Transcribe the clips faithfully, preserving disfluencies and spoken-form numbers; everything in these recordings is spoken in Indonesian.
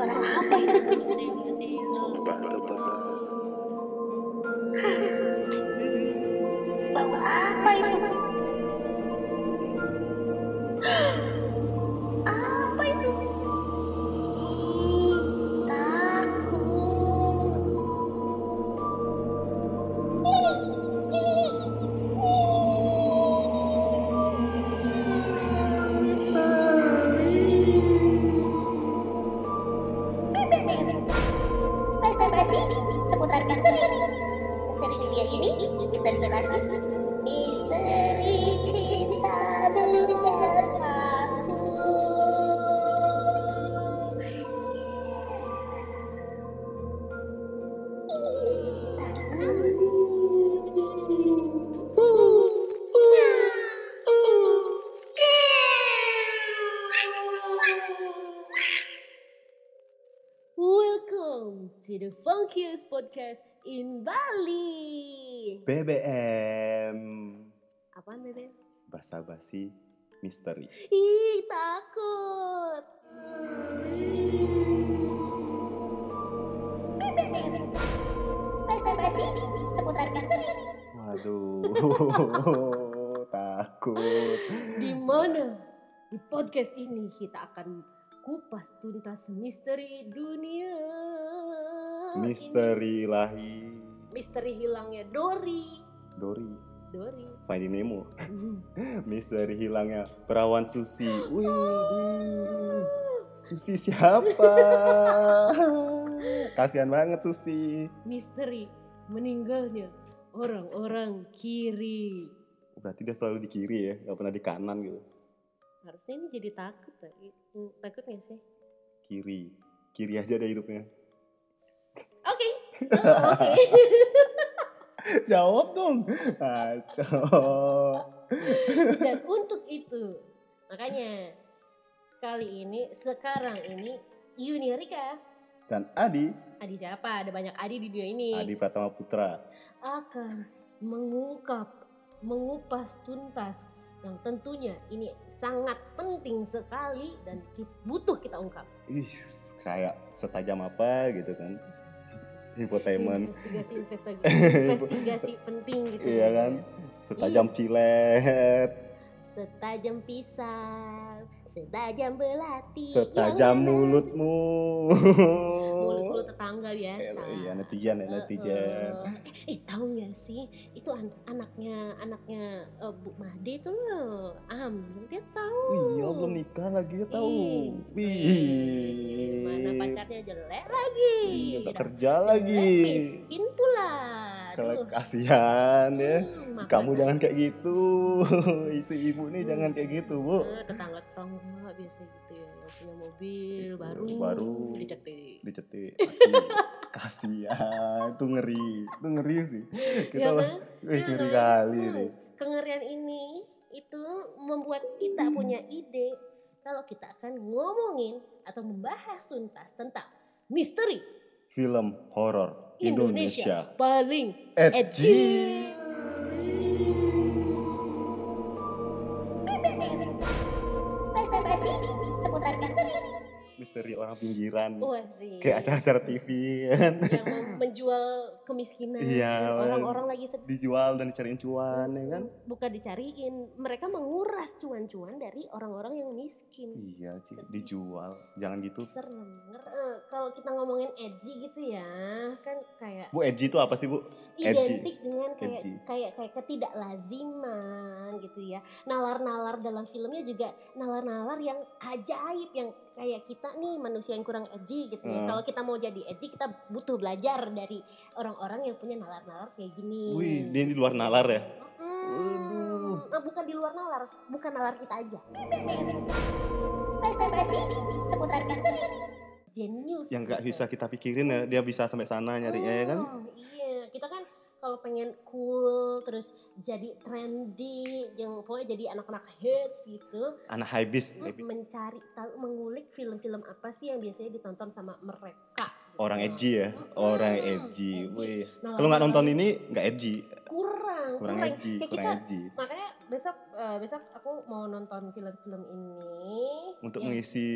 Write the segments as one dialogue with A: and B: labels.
A: Suara apa itu?
B: Tebak-tebak.
A: Bau apa itu? Apa itu? Takut. Basa-basi seputar misteri. Misteri dunia ini, misteri relasi, misteri cinta dengan aku.
C: Welcome to the Funkiest Podcast in Bali.
B: B B M.
C: Apaan Bebe?
B: Basa-basi misteri.
C: Ih, takut.
A: Basa-basi seputar misteri.
B: Waduh, takut.
C: Di mana di podcast ini kita akan kupas tuntas misteri dunia.
B: Misteri
C: Ini,
B: lahi.
C: misteri hilangnya Dory.
B: Dori.
C: Dory.
B: Finding Nemo. Misteri hilangnya perawan Susi. Wih, Susi siapa? Kasihan banget Susi.
C: Misteri meninggalnya orang-orang kiri.
B: Berarti dia selalu di kiri ya, gak pernah di kanan gitu.
C: Harusnya ini jadi takut tadi. Hmm, takut gak sih?
B: Kiri. Kiri aja deh hidupnya.
C: Oke. Oh, oke.
B: Jawab dong. Kacau.
C: Dan untuk itu, makanya kali ini, sekarang ini, Yuni Rika,
B: Dan Adi,
C: Adi siapa? Ada banyak Adi di dunia ini.
B: Adi Pratama Putra.
C: Akan mengungkap, mengupas tuntas yang tentunya ini sangat penting sekali dan ki- butuh kita ungkap.
B: Ih, kayak setajam apa gitu kan. Infotainment.
C: Investigasi, investigasi, investigasi penting gitu.
B: Iya kan. Setajam silet.
C: Setajam pisau, setajam belati.
B: Setajam
C: yang mana-
B: mulutmu.
C: Mulut-mulut tetangga biasa.
B: Eh, Iya, netizen ya, netizen.
C: Uh, uh. Eh, tahu nggak sih? Itu an- anaknya anaknya uh, Bu Made itu loh. Am, dia tahu.
B: Iya, belum nikah lagi ya tahu.
C: Ih,
B: Wih.
C: Mana pacarnya jelek lagi.
B: Iya, udah
C: Udah
B: kerja
C: jelek,
B: lagi.
C: miskin pula.
B: Kalau
C: Aduh.
B: kasihan ya.
C: Hmm, makan
B: Kamu
C: aja.
B: jangan kayak gitu. Si ibu nih
C: Hmm.
B: jangan kayak gitu, Bu.
C: Eh, tetangga-tetangga biasa gitu ya, yang punya mobil baru,
B: Baru.
C: dicetik.
B: Dicetik. Mati. Kasihan, itu ngeri. Itu ngeri sih. Kita
C: Ya
B: lah,
C: kan?
B: eh,
C: Ya
B: ngeri
C: kan?
B: kali
C: Hmm,
B: nih.
C: Kengerian ini itu membuat kita punya ide kalau kita akan ngomongin atau membahas tuntas tentang misteri
B: Film horor
C: Indonesia,
B: Indonesia.
C: paling
B: Edgy.
C: edgy.
A: Basa-basi seputar misteri.
B: Misteri orang pinggiran.
C: Wah sih.
B: Kayak acara-acara T V kan.
C: Yang mem- menjual kemiskinan.
B: Iya,
C: dan orang-orang lagi sedih.
B: Dijual dan dicariin cuan ya kan.
C: Bukan dicariin, mereka menguras cuan-cuan dari orang-orang yang miskin.
B: Iya, Ci,
C: Sedih.
B: dijual. Jangan gitu.
C: Serem. Nger- eh, kalau kita ngomongin edgy gitu ya, kan kayak
B: Bu, edgy itu apa sih, Bu? Edgy.
C: identik dengan kayak
B: Edgy.
C: kayak kayak ketidaklaziman gitu ya. Nalar-nalar dalam filmnya juga nalar-nalar yang ajaib, yang kayak kita nih manusia yang kurang edgy gitu ya.
B: Hmm.
C: Kalau kita mau jadi edgy, kita butuh belajar dari orang-orang yang punya nalar-nalar kayak gini.
B: Wih, dia di luar nalar ya.
C: Mm-mm. Ah, bukan di luar nalar, bukan nalar kita aja.
A: Basa-basi seputar misteri.
C: Genius.
B: Yang nggak bisa kita pikirin ya, dia bisa sampai sana nyarinya ya kan.
C: Hmm, iya, kita kan kalau pengen cool terus jadi trendy, yang pokoknya jadi anak-anak hits gitu,
B: Anak habis,
C: mm, mencari tahu, mengulik film-film apa sih yang biasanya ditonton sama mereka. gitu.
B: orang edgy ya,
C: Mm-mm,
B: orang edgy.
C: edgy.
B: Wih,
C: Nah,
B: kalau nggak nonton
C: lalu-
B: ini nggak edgy,
C: kurang,
B: kurang edgy,
C: Kayak
B: kurang
C: kita,
B: edgy.
C: makanya besok eh, besok aku mau nonton film-film ini
B: Untuk
C: yang-
B: mengisi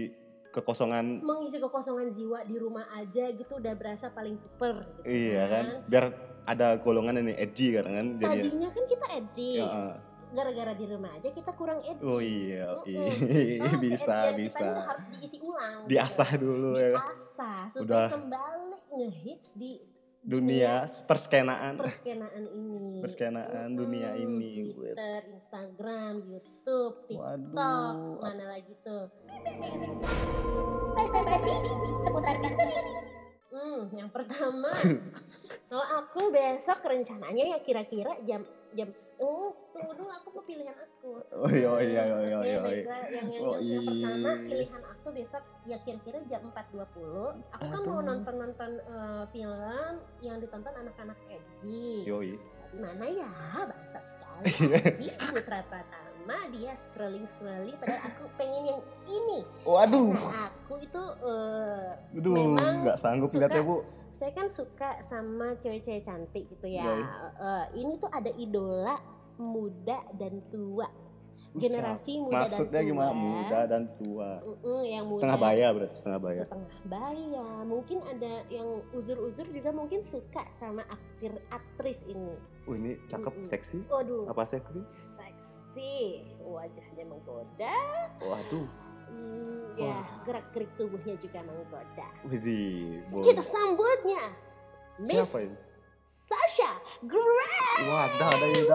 B: kekosongan.
C: Mengisi kekosongan jiwa di rumah aja gitu udah berasa paling super gitu
B: Iya kan,
C: kan.
B: biar ada golongan ini edgy kan kan. Jadi
C: Tadinya kan kita edgy.
B: ya, uh.
C: Gara-gara di rumah aja kita kurang edgy.
B: Oh iya, oke.
C: Mm-mm. Oh,
B: bisa
C: keedgyan
B: bisa.
C: kita ini harus diisi ulang.
B: Diasah
C: gitu.
B: dulu ya.
C: Diasah supaya
B: Udah.
C: kembali ngehits di
B: Dunia perskenaan.
C: perskenaan ini.
B: Perskenaan dunia ini.
C: Twitter, Instagram, YouTube, TikTok,
B: Waduh.
C: mana lagi tuh?
A: Basa-basi seputar misteri.
C: Hmm, yang pertama, kalau aku besok rencananya ya kira-kira jam jam oh tunggu dulu aku mau pilihan aku.
B: Oh iya oh iya oh iya
C: Oke,
B: iya.
C: baiklah. yang yang,
B: Oh,
C: yang, yang
B: iya.
C: pertama pilihan aku besok ya kira-kira jam empat dua puluh. Aku kan mau
B: Aduh.
C: nonton-nonton eh, film yang ditonton anak-anak edgy.
B: Yoi.
C: Di mana ya bangsat sekali. Di Putra Pratama dia scrolling-scrolling padahal aku pengen yang ini.
B: Waduh.
C: Karena aku itu eh,
B: Aduh,
C: memang
B: nggak sanggup
C: suka-
B: lihatnya Bu.
C: saya kan suka sama cewek-cewek cantik gitu ya.
B: Iya, iya.
C: Eh, ini tuh ada idola muda dan tua. Generasi muda
B: Maksudnya
C: dan tua.
B: gimana? Muda dan tua.
C: Mm-mm, yang muda.
B: Setengah baya berarti, setengah baya.
C: Setengah baya. Mungkin ada yang uzur-uzur juga mungkin suka sama aktir aktris ini.
B: Oh ini cakep,
C: Mm-mm.
B: seksi.
C: Waduh.
B: Apa seksi?
C: Seksi. Wajahnya menggoda.
B: Waduh.
C: Hmm, ya,
B: Wah.
C: gerak-gerik tubuhnya juga menggoda.
B: Widih. bo-
C: Kita sambutnya. Miss
B: Siapa ini?
C: Sasha Grey.
B: Wadah, ada ini.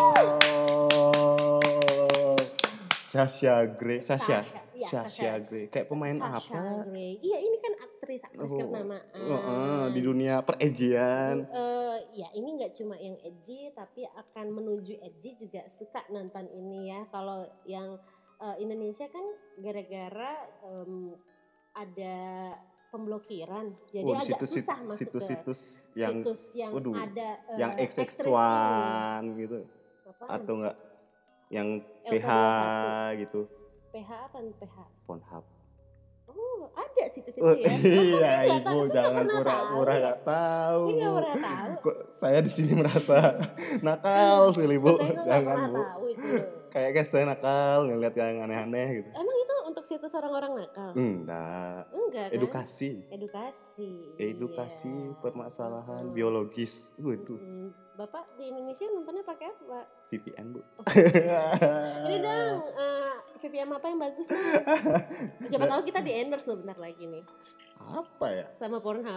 B: Sasha Grey, Sasha.
C: iya,
B: Sasha Grey. Kayak pemain
C: Sasha
B: apa?
C: Grey. Iya, ini kan aktris, aktris
B: Oh,
C: kenamaan.
B: Heeh, di dunia perejian.
C: Eh, ya ini nggak cuma yang edgy, tapi akan menuju edgy juga suka nonton ini ya. Kalau yang eh, Indonesia kan gara-gara em, ada pemblokiran, jadi
B: Oh, di
C: agak
B: situs-
C: susah masuk ke
B: situs-situs yang
C: situs yang
B: waduh,
C: ada eh,
B: yang X X
C: aktris
B: one gitu
C: ini. Apaan?
B: atau enggak yang
C: L
B: P
C: K
B: H
C: dua puluh satu.
B: gitu,
C: P H apa nih P H?
B: Pornhub.
C: Oh, ada situs itu
B: Oh,
C: ya.
B: iya,
C: saya nggak
B: Ibu
C: tahu, saya nggak
B: jangan
C: pernah
B: pura-pura
C: tahu.
B: nggak tahu.
C: Saya nggak
B: Bu.
C: pernah tahu.
B: Kok saya di sini merasa nakal sekali Bu.
C: Saya nggak
B: Jangan
C: pernah
B: Bu.
C: tahu itu.
B: Kayaknya saya nakal ngeliat yang aneh-aneh gitu.
C: Emang itu untuk situs orang-orang nakal?
B: Enggak.
C: Enggak kan?
B: Edukasi.
C: Edukasi.
B: Edukasi
C: Iya.
B: permasalahan
C: Mm.
B: biologis. Waduh,
C: Mm, Bapak di Indonesia nontonnya pakai apa, Pak?
B: V P N Bu.
C: Ini dong, eh, V P N apa yang bagus nih? Siapa tahu kita di endorse loh bentar lagi nih
B: Apa ya?
C: sama Pornhub.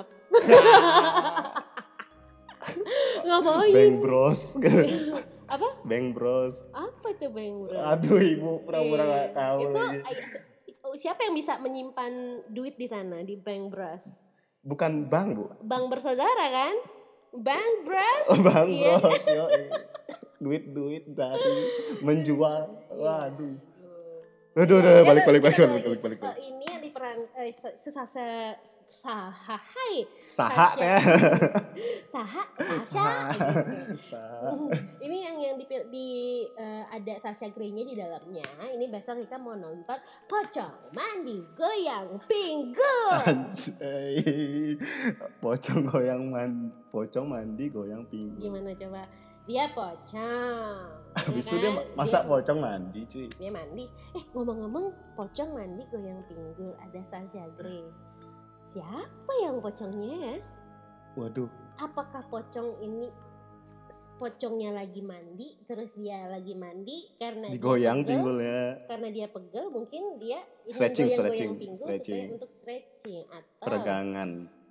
C: Ngapain?
B: Bang Bros.
C: Apa?
B: Bang Bros.
C: Apa itu Bang Bro?
B: Aduh Ibu pura-pura
C: Iya.
B: nggak tahu
C: Itu
B: lagi.
C: ay- si- siapa yang bisa menyimpan duit di sana di Bank Bros?
B: Bukan Bang Bu.
C: Bank bersaudara kan? Bank Bros.
B: Oh, Bang
C: Iya.
B: Bros. Yoi. Duit-duit dari menjual. Waduh. Aduh,
C: Ya,
B: udah balik
C: udah,
B: balik balik
C: kita
B: balik
C: lagi.
B: balik balik.
C: Eh, ini yang diperan eh, sesasa saha hai
B: Saha
C: Sasha.
B: ya.
C: Saha Sasha gitu.
B: Saha.
C: Ini yang yang di, di eh, ada Sasha Grey-nya di dalamnya. Ini besok kita mau nonton Pocong Mandi Goyang Pinggul.
B: Anjay. Pocong goyang mandi, pocong mandi goyang pinggul.
C: Gimana coba? Dia pocong. ya
B: Habis itu
C: kan?
B: dia masa
C: Dia-
B: pocong mandi, cuy.
C: dia mandi. Eh ngomong-ngomong pocong mandi goyang pinggul ada Sasha Grey. Siapa yang pocongnya ya?
B: Waduh,
C: Apakah pocong ini pocongnya lagi mandi terus dia lagi mandi karena
B: digoyang
C: dia pegel,
B: pinggulnya.
C: karena dia pegel mungkin dia ini
B: Stretching,
C: goyang-goyang
B: stretching,
C: pinggul
B: stretching.
C: supaya untuk stretching atau
B: Peregangan.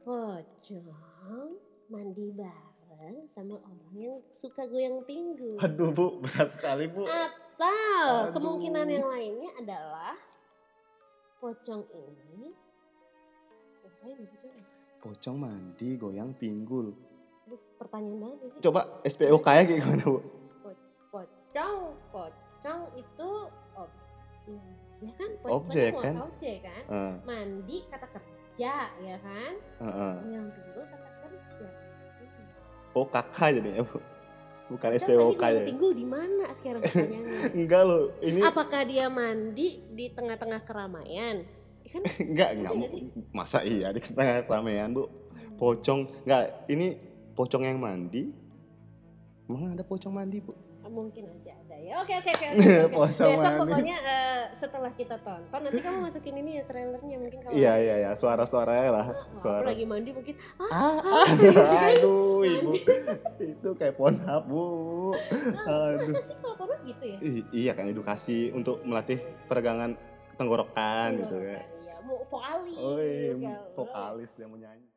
C: pocong mandi bareng sama orang yang suka goyang pinggul.
B: Aduh Bu, berat sekali Bu.
C: Atau
B: Aduh.
C: kemungkinan yang lainnya adalah pocong ini ngapain gitu?
B: Pocong mandi goyang pinggul.
C: Aduh, pertanyaan banget ya sih.
B: Coba S P O K-nya kayak gimana Bu?
C: Pocong, pocong itu objek, ya kan? Po-
B: Objek,
C: pocong
B: kan?
C: Objek kan?
B: Eh,
C: Mandi kata kerja, ya kan?
B: heeh.
C: Goyang pinggul kata kerja. Hmm.
B: Oh kakak jadinya Bu. Bukan
C: Kan
B: S P O
C: tadi
B: K
C: goyang
B: ya.
C: pinggul di mana sekarang pertanyaannya?
B: Enggak loh, ini
C: Apakah dia mandi di tengah-tengah keramaian? Ya kan?
B: enggak
C: Masa
B: enggak
C: nggak sih?
B: masa iya di tengah keramaian Bu. Pocong enggak, ini pocong yang mandi. Emang ada pocong mandi Bu?
C: Mungkin aja ada ya. Oke oke oke oke. oke.
B: Pocong
C: Besok
B: mandi.
C: pokoknya eh, setelah kita tonton nanti kamu masukin ini ya trailernya mungkin kalau
B: Iya
C: ada
B: iya
C: ya.
B: iya, suara-suaranya lah,
C: Ah, aku
B: suara.
C: lagi mandi mungkin ah,
B: Ah,
C: ah,
B: ah, aduh ibu, itu kayak Pornhub bu.
C: ah,
B: Aduh.
C: masa sih kalau porno gitu ya?
B: Ih, iya kan edukasi untuk melatih peregangan tenggorokan gitu
C: Tenggorokan,
B: kan.
C: iya. Mau vokalis.
B: Oh iya,
C: segala-
B: vokalis yang mau nyanyi.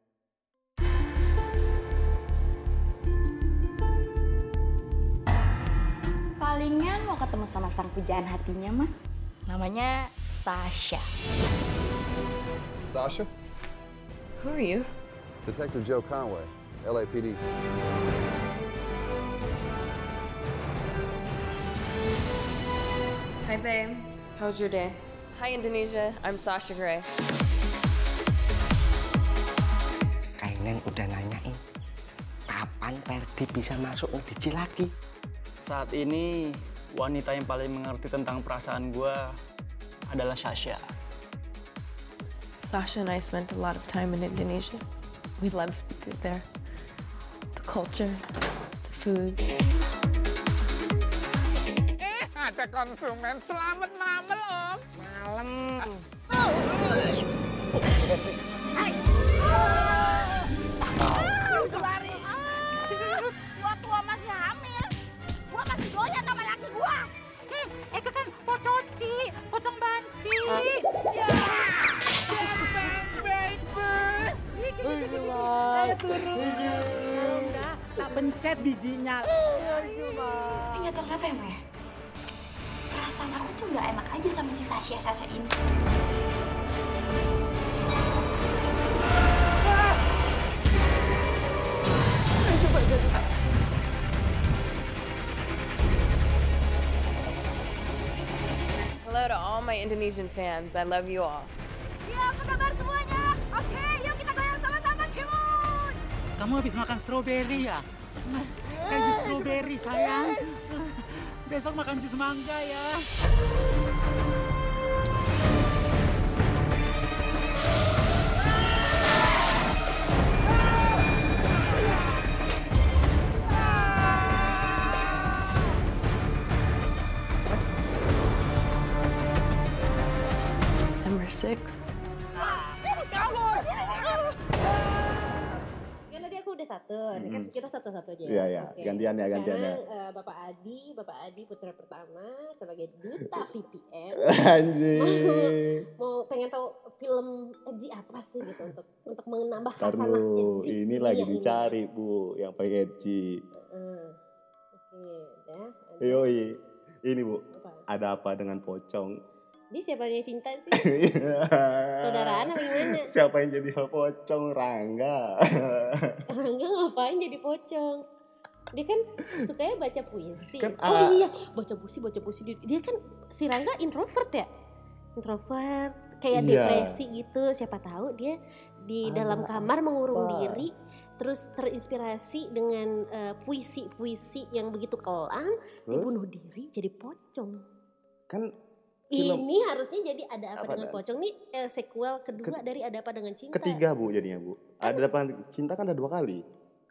D: Palingan mau ketemu sama sang pujaan hatinya mah. Namanya Sasha.
E: Sasha?
F: Who are you?
E: Detective Joe Conway, L A P D.
F: Hi, babe. How's your day? Hi, Indonesia. I'm Sasha Grey.
G: Kainen udah nanyain kapan Ferdi bisa masuk nge-D J lagi.
H: Saat ini wanita yang paling mengerti tentang perasaan gue adalah Sasha.
F: Sasha and I spent a lot of time in Indonesia. We loved it there. The culture, the food.
I: Ada konsumen selamat mamel om.
G: Malam.
D: Lari. Gua tua masih hamil. Gua masih doyan sama laki gua.
I: Eh, itu kan pococi, pocong banci. Ya. Udah, tak pencet bijinya.
D: Tapi nggak tahu kenapa ya, Maya. Perasaan aku tuh nggak enak aja sama si Sasha Sasha ini.
F: Hello to all my Indonesian fans. I love you all.
D: Ya, apa kabar semuanya? Oke, yuk kita goyang sama-sama, Kimon.
I: Kamu habis makan stroberi ya? Kayak jus stroberi sayang. Besok makan jus mangga ya.
F: December sixth.
C: Ya tadi aku udah satu, ini kan
B: Mm-mm.
C: kita satu-satu aja.
B: Iya, iya.
C: Oke.
B: Gantian ya, gantian ya.
C: Sekarang eh, Bapak Adi, Bapak Adi putra pertama sebagai duta V P N.
B: Anjing.
C: Mau pengen tahu film edgy apa sih gitu untuk untuk menambah
B: Ntar
C: khasanah
B: dulu,
C: edgy
B: ini
C: dunia
B: lagi
C: ini.
B: dicari bu, yang paling edgy.
C: Heeh. Oke, udah. ada
B: Yoi, ini bu,
C: Apa?
B: ada apa dengan pocong?
C: Dia siapanya cinta sih? Saudaraan apa gimana?
B: Siapa yang jadi pocong? Rangga.
C: Rangga ngapain jadi pocong? Dia kan sukanya baca puisi.
B: Kan,
C: oh
B: ah.
C: iya, baca puisi, baca puisi. Dia- Dia kan si Rangga introvert ya? Introvert, kayak
B: Iya.
C: depresi gitu. Siapa tahu dia di
B: Ada
C: dalam kamar mengurung
B: apa?
C: diri, terus terinspirasi dengan eh, puisi-puisi yang begitu kelam,
B: Terus?
C: dibunuh diri jadi pocong.
B: Kan film
C: Ini harusnya jadi Ada Apa,
B: Apa
C: Dengan
B: dan-
C: Pocong nih eh, sequel kedua
B: Ket-
C: dari Ada Apa Dengan Cinta.
B: ketiga bu jadinya bu. Ada apa cinta kan ada dua kali.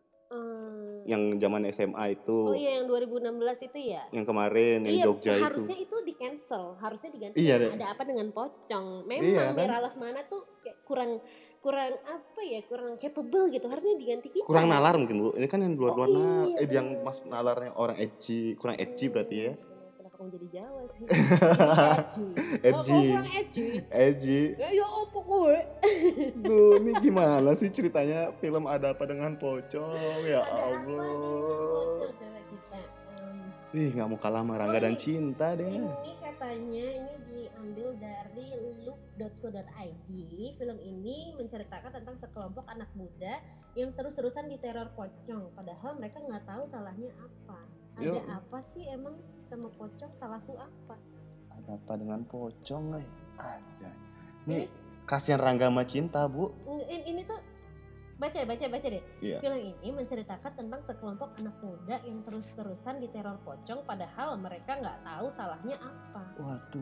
C: Hmm.
B: Yang zaman S M A itu,
C: Oh iya yang dua ribu enam belas itu ya?
B: yang kemarin yang
C: Iya,
B: Jogja itu.
C: harusnya itu di cancel, harusnya diganti
B: Iya,
C: dengan
B: deh.
C: Ada Apa Dengan Pocong. Memang
B: Iya, kan?
C: Mira Lesmana tuh kayak kurang kurang apa ya, kurang capable gitu, harusnya diganti kita.
B: Kurang nalar mungkin bu. Ini kan yang luar-luar
C: Oh,
B: nalar.
C: iya,
B: Eh yang
C: bener.
B: mas nalarnya orang edgy, kurang edgy berarti ya.
C: Hmm, Kenapa kamu jadi Jawa sih? Edgy.
B: Edgy.
C: Oh, kamu kurang edgy.
B: Edgy.
C: Ya, ya apa gue?
B: Duh, ini gimana sih ceritanya film Ada Apa Dengan Pocong? Ya
C: Ada Apa Dengan
B: Allah.
C: Pocong coba kita. em,
B: Ih, nggak mau kalah sama Rangga
C: Oh,
B: dan
C: i-
B: Cinta deh.
C: Ini katanya ini diambil dari loop dot co dot i d. Film ini menceritakan tentang sekelompok anak muda yang terus-terusan diteror pocong. Padahal mereka nggak tahu salahnya apa. Ada
B: Yo.
C: apa sih emang sama pocong? Salahku apa?
B: Ada Apa Dengan Pocong, eh? Aja. Nih, kasihan Rangga sama Cinta, Bu.
C: Ini, ini tuh baca baca baca deh.
B: Iya.
C: Film ini menceritakan tentang sekelompok anak muda yang terus-terusan diteror pocong. Padahal mereka nggak tahu salahnya apa.
B: Waduh.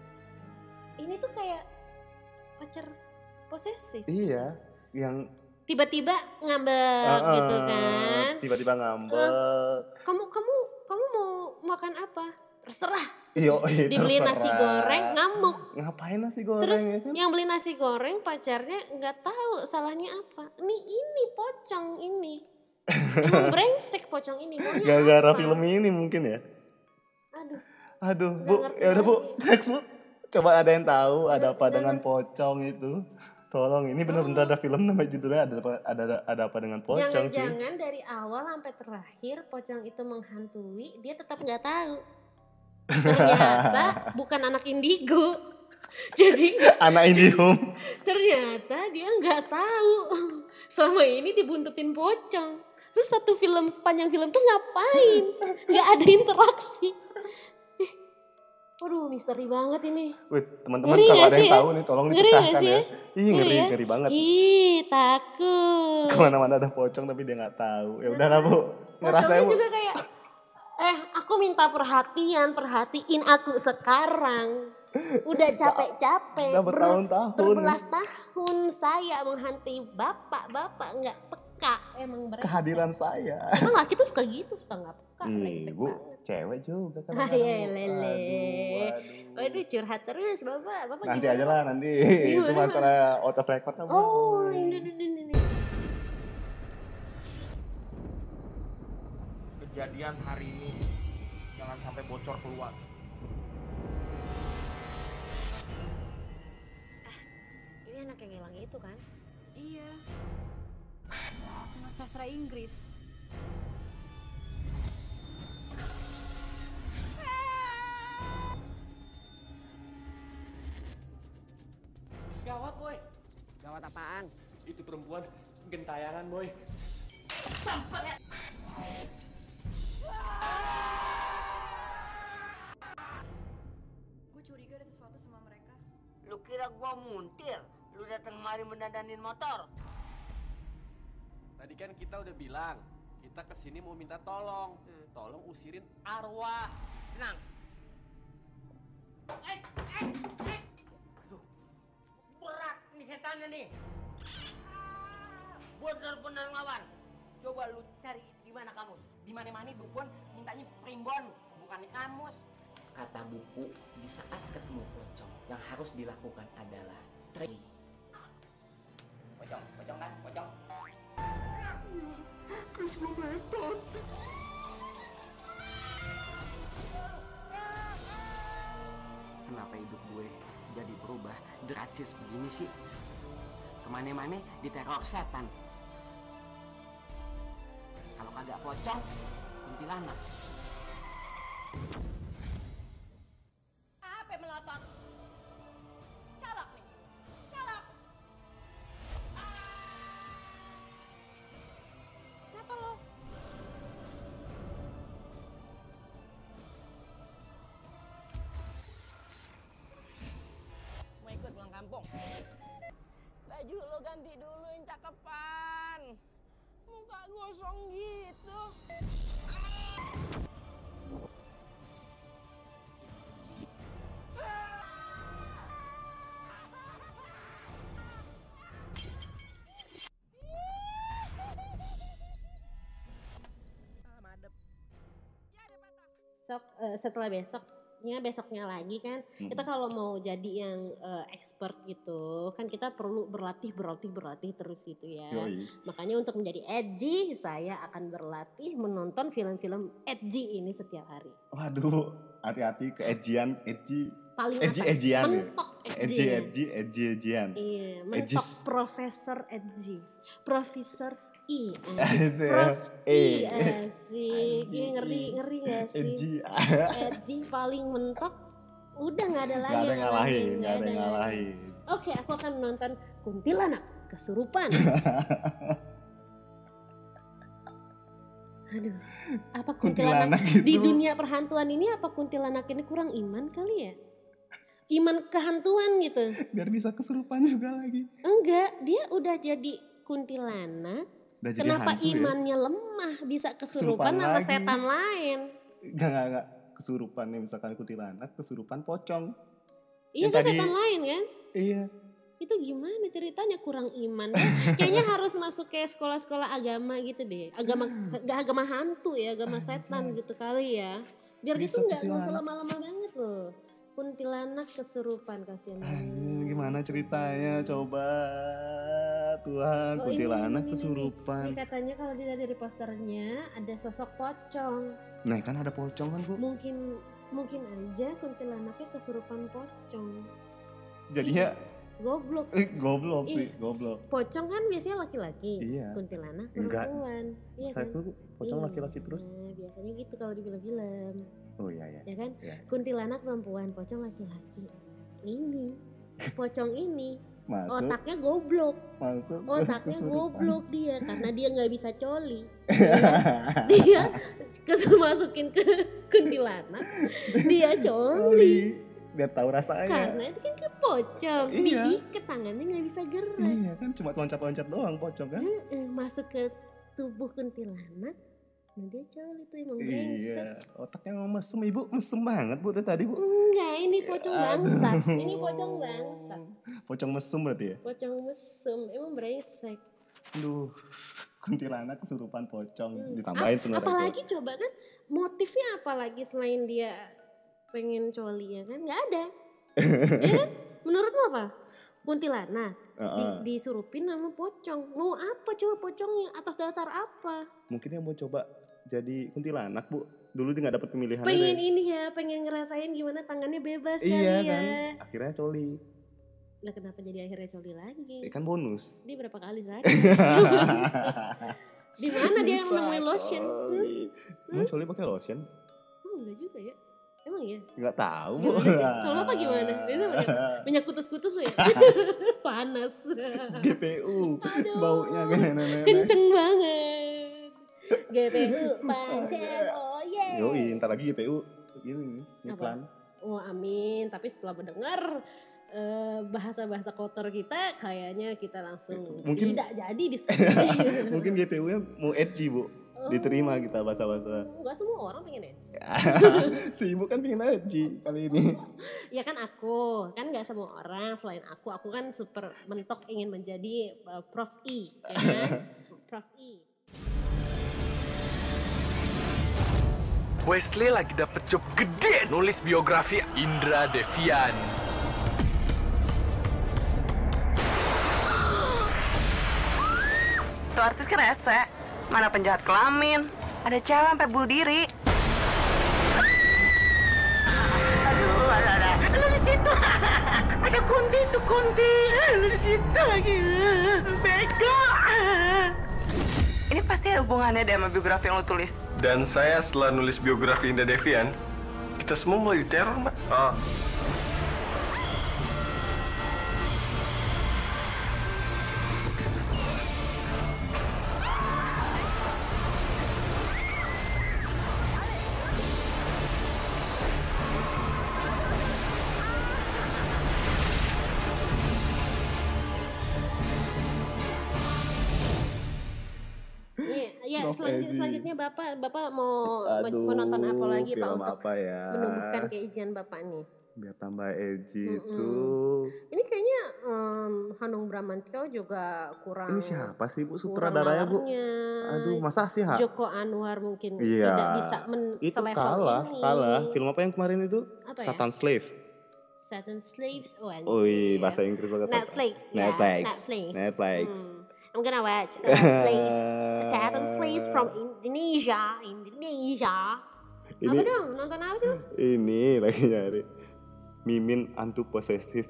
C: Ini tuh kayak pacar posesif.
B: Iya, yang
C: Tiba-tiba ngambek
B: Ah,
C: gitu kan.
B: tiba-tiba ngambek.
C: Kamu kamu kamu mau makan apa? Terserah.
B: Yo, iya,
C: Dibeli nasi
B: terserah.
C: goreng ngamuk.
B: Ngapain nasi goreng
C: Terus
B: ya kan?
C: yang beli nasi goreng pacarnya nggak tahu salahnya apa. Nih ini pocong ini. Emang brengsek pocong ini. Maunya
B: Gara-gara
C: apa?
B: film ini mungkin ya.
C: Aduh.
B: Aduh,
C: Nggak
B: Bu.
C: ngerti
B: Ya udah, Bu.
C: lagi.
B: Next, Bu. Coba ada yang tahu ada
C: Nggak-
B: apa
C: nggak
B: dengan
C: ngerti.
B: pocong itu? Tolong, ini benar-benar ada film namanya judulnya ada apa ada ada apa dengan pocong sih?
C: Jangan-jangan dari awal sampai terakhir pocong itu menghantui, dia tetap nggak tahu. Ternyata bukan anak indigo. Jadi
B: Anak Indihome.
C: ternyata dia nggak tahu. Selama ini dibuntutin pocong. Terus satu film sepanjang film tuh ngapain? Nggak ada interaksi. Eh, waduh, misteri banget ini.
B: Wih, teman-teman
C: Ngeri
B: kalau
C: nggak
B: ada
C: sih
B: yang
C: ya?
B: tahu nih tolong
C: Ngeri nggak
B: dipecahkan
C: sih
B: ya.
C: ya?
B: Ih, ngeri,
C: Ngeri ya?
B: ngeri banget.
C: Ih, takut.
B: Kemana-mana ada pocong tapi dia nggak tahu. Ya udahlah, Bu. Ngerasa
C: Pocongnya
B: Bu.
C: juga kayak, eh aku minta perhatian, perhatiin aku sekarang. Udah capek-capek,
B: Udah
C: ber-
B: bertahun-tahun.
C: berbelas tahun saya menghantui bapak-bapak nggak peka, emang brengsek.
B: Kehadiran saya.
C: Emang laki tuh suka gitu, suka nggak peka,
B: Ih,
C: brengsek
B: Bu,
C: banget.
B: cewek juga kan.
C: Ah,
B: kadang-kadang,
C: iya,
B: Bu.
C: lele.
B: Aduh, aduh.
C: Waduh, curhat terus bapak, bapak
B: Nanti
C: gimana,
B: aja
C: Pak?
B: lah, nanti itu
C: Gimana,
B: masalah out of record kan. Bu.
C: Oh, ini, ini, ini, ini.
J: Kejadian hari ini jangan sampai bocor keluar.
C: Ini anak yang hilang itu kan?
K: Iya. Anak sastra Inggris.
J: Gawat, Boy.
G: Gawat apaan?
J: Itu perempuan gentayangan, Boy.
K: Gue curiga ada sesuatu sama mereka.
G: Lu kira gua muntir? Lu datang kemari mendandanin motor?
J: Tadi kan kita udah bilang, kita kesini mau minta tolong. Tolong usirin arwah.
G: Tenang. Eh, eh, eh. Aduh, berat nih setannya nih. Bener-bener ngelawan. Coba lu cari di mana kamus?
L: Di mana-mana dukun mintanya primbon, bukannya kamus. Kata buku, di saat ketemu pocong, yang harus dilakukan adalah tri. Pocong, pocong kan, pocong.
G: Chris belum mepet.
L: Kenapa hidup gue jadi berubah drastis begini sih? Kemana-mana diteror setan. Kalau kagak pocong, kuntilanak.
D: Apa melotot? Colok nih. Colok. Kenapa lo?
L: Mau ikut pulang kampung? Baju lo ganti dulu yang cakepan. Muka gosong gitu.
C: Besok, eh, setelah besoknya besoknya lagi kan
B: Hmm.
C: kita kalau mau jadi yang eh, expert gitu kan kita perlu berlatih berlatih berlatih terus gitu ya.
B: Yoi.
C: Makanya untuk menjadi edgy saya akan berlatih menonton film-film edgy ini setiap hari.
B: Waduh, hati-hati ke edgian, edgy.
C: Paling
B: edgy
C: atas,
B: edgian. ya?
C: mentok edgy.
B: Edgy, edgy, edgy, edgyan.
C: Iya,
B: Edgys.
C: mentok Profesor Edgy. Profesor I.
B: Itu ya.
C: Prof I
B: Eh.
C: asik. Iya, ngeri ngeri gak sih?
B: Edgy.
C: Edgy paling mentok. Udah nggak ada lagi
B: Gak ada
C: yang
B: yang ngalahin,
C: nggak
B: gak ada yang
C: yang
B: ngalahin.
C: Oke, aku akan menonton Kuntilanak Kesurupan. Aduh, apa kuntilanak,
B: Kuntilanak itu.
C: di dunia perhantuan ini apa kuntilanak ini kurang iman kali ya? Iman kehantuan gitu.
B: Biar bisa kesurupan juga lagi.
C: Enggak, dia udah jadi kuntilanak.
B: Udah jadi
C: Kenapa
B: hantu ya?
C: imannya lemah bisa kesurupan
B: Kesurupan
C: sama
B: lagi.
C: setan lain?
B: Gak, gak, gak. Kesurupan nih misalkan kuntilanak, kesurupan pocong.
C: Iya
B: Yang
C: kan
B: tadi-
C: setan lain kan?
B: Iya.
C: Itu gimana ceritanya kurang iman? Kayaknya harus masuk ke sekolah-sekolah agama gitu deh. Agama gak agama hantu ya, agama setan gitu kali ya. Biar dia
B: Bisa
C: tuh nggak nggak usah
B: kuntilanak.
C: lama-lama banget loh. Kuntilanak kesurupan kasihan banget.
B: Anjing, gimana ceritanya coba Tuhan,
C: Oh, ini,
B: kuntilanak
C: ini, ini,
B: kesurupan.
C: Ini katanya kalau dilihat dari posternya ada sosok pocong.
B: Nah kan ada pocong kan Bu.
C: Mungkin mungkin aja kuntilanaknya kesurupan pocong.
B: Jadinya
C: Goblok.
B: eh, goblok
C: Ih,
B: sih, goblok.
C: Pocong kan biasanya laki-laki.
B: Iya.
C: Kuntilanak
B: Enggak.
C: perempuan. Iya
B: Saya
C: kan?
B: tuh pocong
C: Iya.
B: laki-laki terus.
C: Nah, biasanya gitu kalau di film-film.
B: Oh iya iya.
C: Ya kan?
B: Iya.
C: Kuntilanak perempuan, pocong laki-laki. Ini pocong ini
B: Masuk.
C: otaknya goblok.
B: Masuk.
C: Otaknya
B: kesurupan.
C: goblok dia karena dia nggak bisa coli. Dia kesumasukin ke kuntilanak, dia coli.
B: Biar tahu rasanya.
C: Karena itu kan ke pocong,
B: Iya.
C: diikat tangannya nggak bisa gerak.
B: Iya kan cuma loncat-loncat doang pocong kan.
C: Heeh, masuk ke tubuh kuntilanak, nah dia coli tuh emang brengsek.
B: Iya, otaknya emang mesum ibu, mesum banget bu dari tadi bu.
C: Enggak, ini pocong bangsat.
B: Aduh.
C: Ini pocong bangsat.
B: Pocong mesum berarti ya.
C: Pocong mesum, emang brengsek.
B: Aduh, kuntilanak kesurupan pocong
C: Hmm.
B: ditambahin
C: Ap-
B: semua
C: apalagi coba kan motifnya apalagi selain dia pengen coli ya kan nggak ada. Ya kan? Menurutmu apa? Kuntilanak di,
B: Heeh.
C: disurupin sama pocong. Mau apa coba pocongnya? Atas dasar apa?
B: Mungkin yang mau coba jadi kuntilanak bu. Dulu dia nggak dapet pemilihan.
C: Pengen ini ya, pengen ngerasain gimana tangannya bebas
B: Iya
C: kali ya.
B: kan. Akhirnya coli.
C: Lah kenapa jadi akhirnya coli lagi?
B: Eh, kan bonus.
C: Dia berapa kali sehari? Di mana dia
B: Bisa
C: nemuin lotion? Hmm?
B: coli. Emang coli pakai lotion?
C: Oh enggak juga ya. Emang iya?
B: Nggak tahu bu.
C: Gimana sih? Kalau Bapak gimana? Biasa pakai minyak kutus-kutus lo ya? Panas.
B: G P U. Baunya kan nenek-nenek.
C: Kenceng banget. G P U pancen. Oh yeah.
B: Yoi, ntar lagi G P U ini iklan.
C: Oh amin. Tapi setelah mendengar eh, bahasa-bahasa kotor kita, kayaknya kita langsung
B: Mungkin-
C: tidak jadi di
B: Mungkin G P U-nya mau edgy bu. Diterima kita bahasa-bahasa.
C: Enggak semua orang pengen edgy.
B: Si ibu kan pengen edgy kali ini.
C: Ya kan aku, kan nggak semua orang selain aku. Aku kan super mentok ingin menjadi uh, Prof I, ya kan? Prof I.
J: Wesley lagi dapet job gede nulis biografi Indra Devian.
M: Tuh artis kan rese, mana penjahat kelamin. Ada cewek sampai bunuh diri. Aduh, ada, ada. Lu di situ. Ada Kunti tuh Kunti. Lu di situ lagi. Bego. Ini pasti ada hubungannya deh sama biografi yang lu tulis.
N: Dan saya setelah nulis biografi Indra Devian, kita semua mulai diteror, Mbak. Oh.
C: Iya, ya,
B: Prof
C: selanjut,
B: Edi.
C: selanjutnya Bapak Bapak mau
B: Aduh,
C: mau nonton apa lagi Pak
B: film
C: untuk
B: apa ya?
C: menumbuhkan keizian Bapak nih?
B: Biar tambah edgy
C: Mm-mm.
B: itu.
C: Ini kayaknya em, Hanung Bramantyo juga kurang.
B: Ini siapa sih bu
C: kurang
B: sutradaranya bu?
C: nalarnya.
B: Aduh masa sih ha?
C: Joko Anwar mungkin
B: Iya.
C: tidak bisa men
B: Itu
C: selevel
B: kalah,
C: ini.
B: kalah. Film apa yang kemarin itu?
C: Apa ya?
B: Satan Slave.
C: Satan Slaves. Oh, anjir.
B: Oh iya, bahasa Inggris bahasa
C: Netflix, ya.
B: Netflix.
C: Netflix.
B: Netflix.
C: Hmm. I'm gonna watch uh, Slaves, Satan Slaves from Indonesia, Indonesia.
B: Ini-
C: Apa dong? Nonton apa sih lu?
B: Ini lagi nyari. Mimin antu posesif.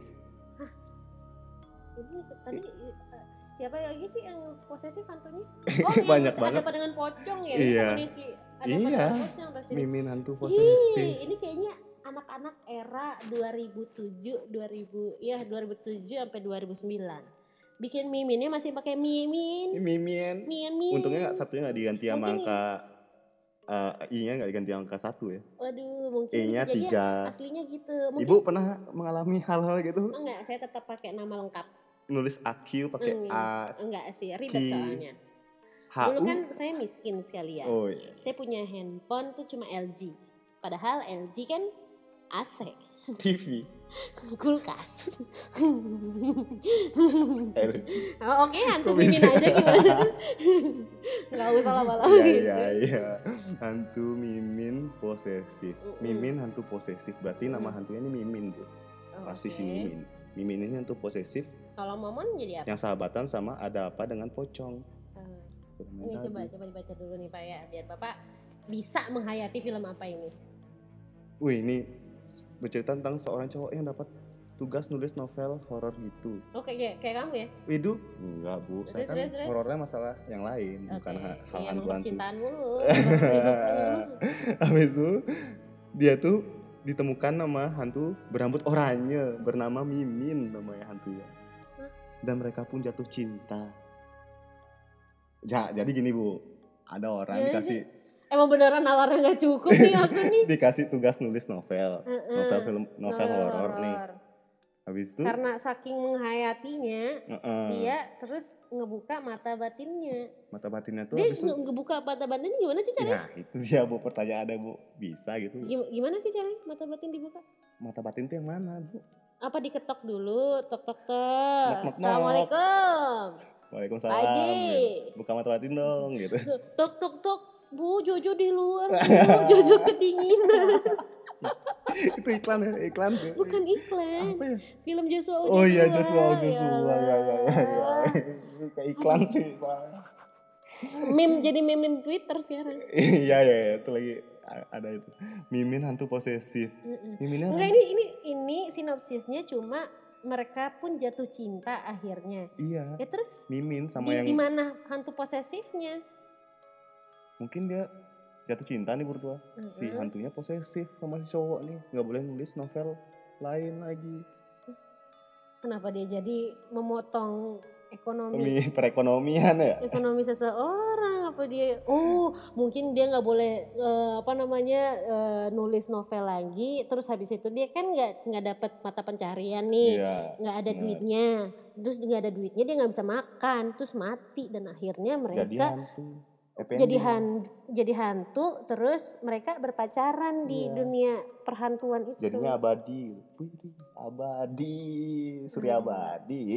C: Ini tadi uh, siapa lagi sih yang posesif hantunya? Oh,
B: Banyak
C: yang
B: banget.
C: ada pada dengan pocong ya?
B: Iya.
C: Ini temennya si ada
B: Iya.
C: pada dengan pocong pasti.
B: Mimin hantu
C: Ih,
B: posesif.
C: ini kayaknya anak-anak era dua ribu tujuh, dua ribu ya dua ribu tujuh sampai dua ribu sembilan. Bikin miminnya masih pakai mimin.
B: Mimin.
C: Mimin. min.
B: Untungnya nggak satunya nggak diganti sama
C: Mungkin-
B: angka eh, I-nya nggak diganti angka satu ya.
C: Waduh, mungkin
B: E-nya
C: bisa jadi
B: tiga.
C: aslinya gitu. Mungkin
B: Ibu pernah mengalami hal-hal gitu?
C: enggak, saya tetap pakai nama lengkap.
B: Nulis A Q pakai
C: Hmm,
B: A,
C: enggak sih, ribet
B: Ki,
C: soalnya.
B: H
C: Dulu
B: U.
C: kan saya miskin sekalian.
B: Oh iya.
C: Saya punya handphone tuh cuma L G. Padahal L G kan A C.
B: T V.
C: Kulkas.
B: Oh,
C: oke, hantu Mimin aja gimana? Nggak usah lama-lama
B: Iya
C: gitu.
B: iya iya. Hantu Mimin posesif. Mimin hantu posesif. Berarti nama hantunya ini Mimin, Bu. Pasti si Mimin. Mimin ini hantu posesif.
C: Kalau Momon jadi apa?
B: Yang sahabatan sama Ada Apa dengan Pocong.
C: Hmm. Ini coba coba dibaca dulu nih Pak ya, biar Bapak bisa menghayati film apa ini.
B: Wih, ini bercerita tentang seorang cowok yang dapat tugas nulis novel horor gitu.
C: Oh kayak kayak kamu ya?
B: Widu? Enggak, Bu. Saya
C: Terus,
B: kan
C: terus, terus.
B: horornya masalah yang lain,
C: Oke.
B: bukan ha- hal
C: Iya, emang
B: hantu-hantu.
C: percintaan mulu.
B: Habis itu dia tuh ditemukan nama hantu berambut oranye bernama Mimin namanya hantunya. Dan mereka pun jatuh cinta. Ja, jadi gini, Bu. Ada orang
C: Gimana
B: dikasih
C: sih? Emang beneran nalarnya nggak cukup nih aku nih.
B: dikasih tugas nulis novel.
C: Uh-uh.
B: Novel film novel
C: Novel
B: horor nih.
C: horor.
B: Habis itu
C: Karena saking menghayatinya,
B: uh-uh.
C: dia terus ngebuka mata batinnya.
B: mata batinnya tuh
C: Dia
B: habis itu
C: nge- ngebuka mata batin gimana sih caranya?
B: Nah, itu dia, Bu, pertanyaannya, Bu. Bisa gitu.
C: Gim- Gimana sih caranya mata batin dibuka?
B: Mata batin tuh yang mana, Bu?
C: Apa diketok dulu? Tok tok tok.
B: Knock, knock, knock.
C: Assalamualaikum.
B: Waalaikumsalam.
C: Pak Haji.
B: Gitu. Buka mata batin dong gitu.
C: Tok tok tok. Bu, Jojo di luar. Bu, Jojo kedinginan.
B: Itu iklan ya, iklan ya.
C: Bukan iklan.
B: Apa ya?
C: Film Joshua Joshua.
B: Oh iya, Joshua Joshua.
C: Ya
B: Ya ya ya ya. Kayak iklan sih, Pak.
C: Meme jadi meme meme Twitter sekarang.
B: Iya ya, ya, itu lagi ada itu. Mimin hantu posesif. Miminnya
C: Enggak, ini ini ini sinopsisnya cuma mereka pun jatuh cinta akhirnya.
B: Iya.
C: Ya terus
B: Mimin sama
C: di,
B: yang
C: di mana hantu posesifnya?
B: mungkin dia jatuh cinta nih berdua.
C: Mm-hmm.
B: Si hantunya posesif sama si cowok nih, nggak boleh nulis novel lain lagi.
C: Kenapa dia jadi memotong ekonomi
B: Demi perekonomian ya.
C: ekonomi seseorang? Apa dia? Oh, mungkin dia nggak boleh eh, apa namanya eh, nulis novel lagi. Terus habis itu dia kan nggak nggak dapat mata pencarian nih,
B: Iya,
C: nggak ada
B: benar.
C: duitnya. Terus nggak ada duitnya dia nggak bisa makan, terus mati dan akhirnya mereka
B: Jadi hantu.
C: jadi hantu, jadi hantu, terus mereka berpacaran di
B: Iya.
C: dunia perhantuan itu.
B: Jadinya abadi. Wih, abadi, Surya Abadi.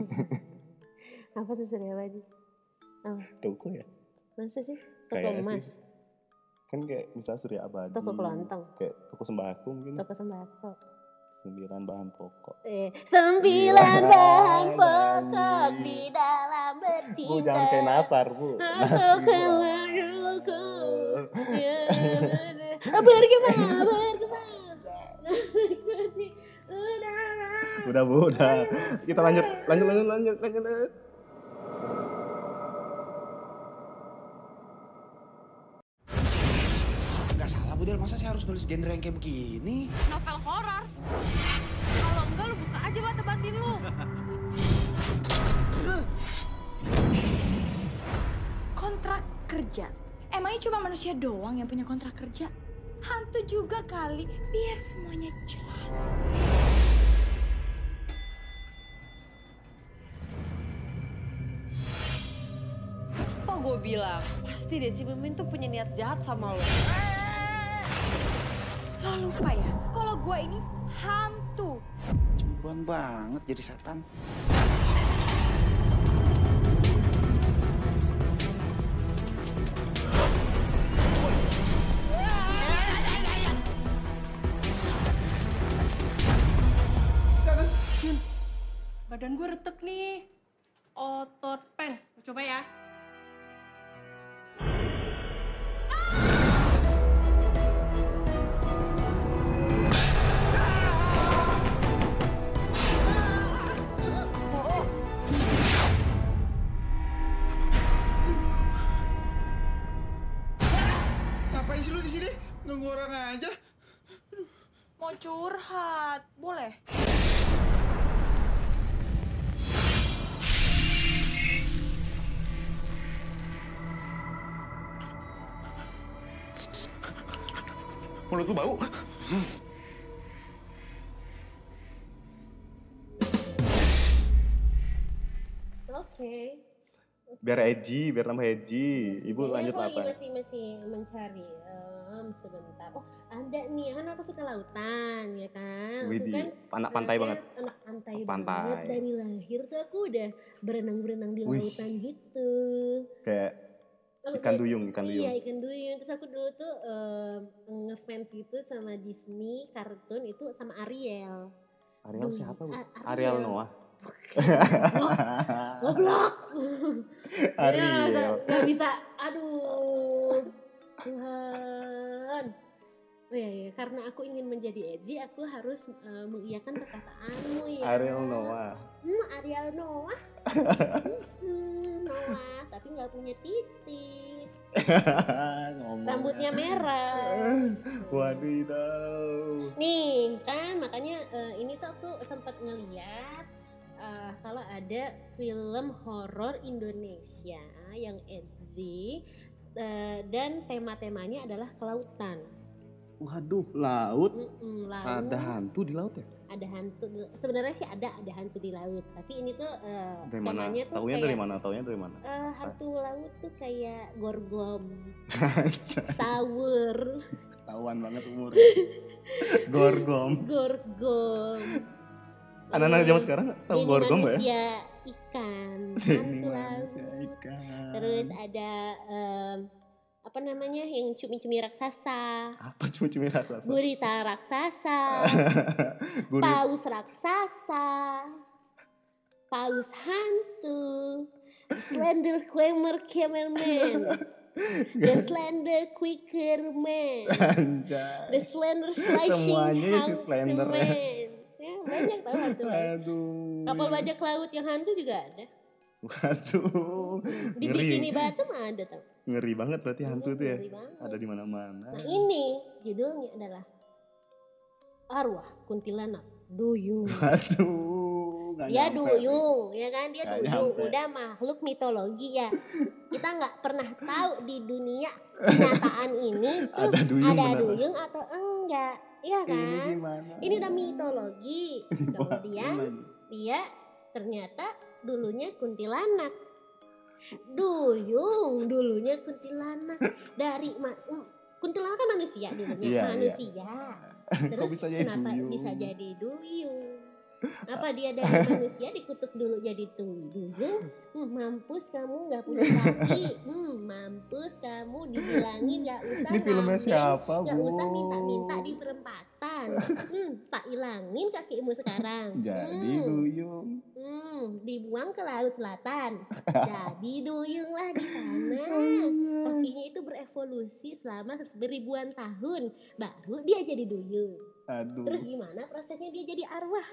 C: Apa tuh Surya Abadi? Apa?
B: Toko ya?
C: Masa sih? Toko
B: Kayaknya
C: emas,
B: sih. Kan kayak misalnya Surya Abadi.
C: toko kelontong,
B: Kayak toko sembako mungkin.
C: toko sembako.
B: Sembilan bahan pokok.
C: Eh, sembilan bahan pokok di dalam bercinta.
B: Bu, jangan kayak Nasar, Bu.
C: Masukkanlah diriku. Ya, bergema, bergema.
B: Udah, Bu, udah. Kita lanjut, lanjut, lanjut, lanjut, lanjut. lanjut.
O: Nggak salah, Budel. Masa saya harus nulis genre yang kayak begini?
K: Novel horor. Kalau enggak lu buka aja mata batin lu.
D: Kontrak kerja. Emangnya cuma manusia doang yang punya kontrak kerja? Hantu juga kali, biar semuanya jelas.
P: Apa gue bilang? Pasti deh si Mimin tuh punya niat jahat sama lo.
D: Lo lupa ya, kalau gue ini hantu.
O: Cemburuan banget jadi setan.
K: Badan gue retek nih. Otot pen. Coba ya.
O: Ngapain sih lu di sini? Nunggu orang aja.
D: Mau curhat, boleh?
O: Mulut lu bau.
C: Oke.
B: Biar edgy, biar tambah edgy. Ibu
C: Jadi
B: lanjut
C: aku lagi
B: apa?
C: masih masih mencari em, sebentar. Oh ada nih, kan aku suka lautan ya kan. Aku
B: Widih,
C: kan
B: anak pantai
C: anaknya
B: banget.
C: Anak pantai,
B: Pantai.
C: banget. Dari lahir tuh aku udah berenang-berenang di
B: Wih.
C: lautan gitu.
B: Kayak
C: Kalau
B: ikan
C: kayak-
B: duyung, ikan duyung.
C: Iya ikan duyung. Terus aku dulu tuh em, ngefans gitu sama Disney kartun itu sama Ariel.
B: Ariel
C: Duh,
B: siapa, Bu?
C: A-
B: Ariel Noah.
C: Goblok. Jadi
B: Ariel.
C: nggak bisa, nggak bisa. Aduh, Tuhan. Oh iya, iya, karena aku ingin menjadi edgy, aku harus uh, mengiyakan perkataanmu ya.
B: Ariel Noah.
C: Hmm, Ariel Noah. Hmm, Noah, tapi nggak punya titik.
B: Ngomong.
C: Rambutnya merah.
B: Wadidaw.
C: Nih kan makanya eh, ini tuh aku sempat ngeliat eh, kalau ada film horor Indonesia yang edgy eh, dan tema-temanya adalah kelautan.
B: Waduh, laut.
C: Mm-mm, laut.
B: Ada hantu di laut ya?
C: Ada hantu. Sebenarnya sih ada ada hantu di laut. Tapi ini tuh eh,
B: Dari mana?
C: temanya tuh
B: Taunya
C: kayak
B: dari mana? Taunya dari mana?
C: eh, hantu laut tuh kayak gorgom, sawur,
B: Ketahuan banget umurnya. Gorgom.
C: gorgom.
B: Anak-anak zaman sekarang tahu
C: Ini
B: gorgom nggak ya?
C: manusia ikan,
B: Ini
C: hantu
B: manusia
C: laut.
B: ikan.
C: Terus ada em, apa namanya yang cumi-cumi raksasa,
B: Apa cumi-cumi raksasa?
C: gurita raksasa,
B: Gurita.
C: paus raksasa, paus hantu, slender climber cameraman, the slender quicker man,
B: Anjay.
C: the slender slashing
B: Semuanya isi slender ya.
C: man. Ya, banyak tahu hantu laut.
B: Aduh.
C: Kapal bajak laut yang hantu juga ada.
B: Waduh.
C: Di
B: Ngeri.
C: Bikini Bottom ada tau.
B: Ngeri banget berarti hantu tuh ya.
C: ngeri banget.
B: Ada di mana-mana.
C: Nah ini judulnya adalah Arwah Kuntilanak Duyung.
B: Waduh. nggak
C: Dia
B: nyampe.
C: duyung, ya kan? Dia
B: Nggak
C: duyung.
B: nyampe.
C: Udah makhluk mitologi ya. Kita nggak pernah tahu di dunia kenyataan ini tuh
B: Ada duyung
C: ada
B: beneran.
C: duyung atau enggak. Iya kan?
B: Ini gimana?
C: Ini udah mitologi. Kemudian
B: Lagi.
C: dia ternyata dulunya kuntilanak. Duyung dulunya kuntilanak dari ma- mm, kuntilanak kan manusia dulunya
B: Iya,
C: manusia.
B: Kok
C: Terus
B: bisa jadi
C: kenapa
B: duyung?
C: bisa jadi duyung? Apa dia dari manusia dikutuk dulu jadi tu- duyung? Hmm, mampus kamu nggak punya kaki. Hmm, mampus kamu dibilangin nggak usah
B: Ini filmnya
C: ngamen,
B: siapa,
C: nggak
B: Bu?
C: usah minta-minta di perempatan. Hmm, tak ilangin kakimu sekarang.
B: Jadi
C: Hmm.
B: duyung.
C: Hmm, dibuang ke laut selatan. Jadi duyung lah di sana. Kakinya itu berevolusi selama beribuan tahun. Baru dia jadi duyung.
B: Aduh.
C: Terus gimana prosesnya dia jadi arwah?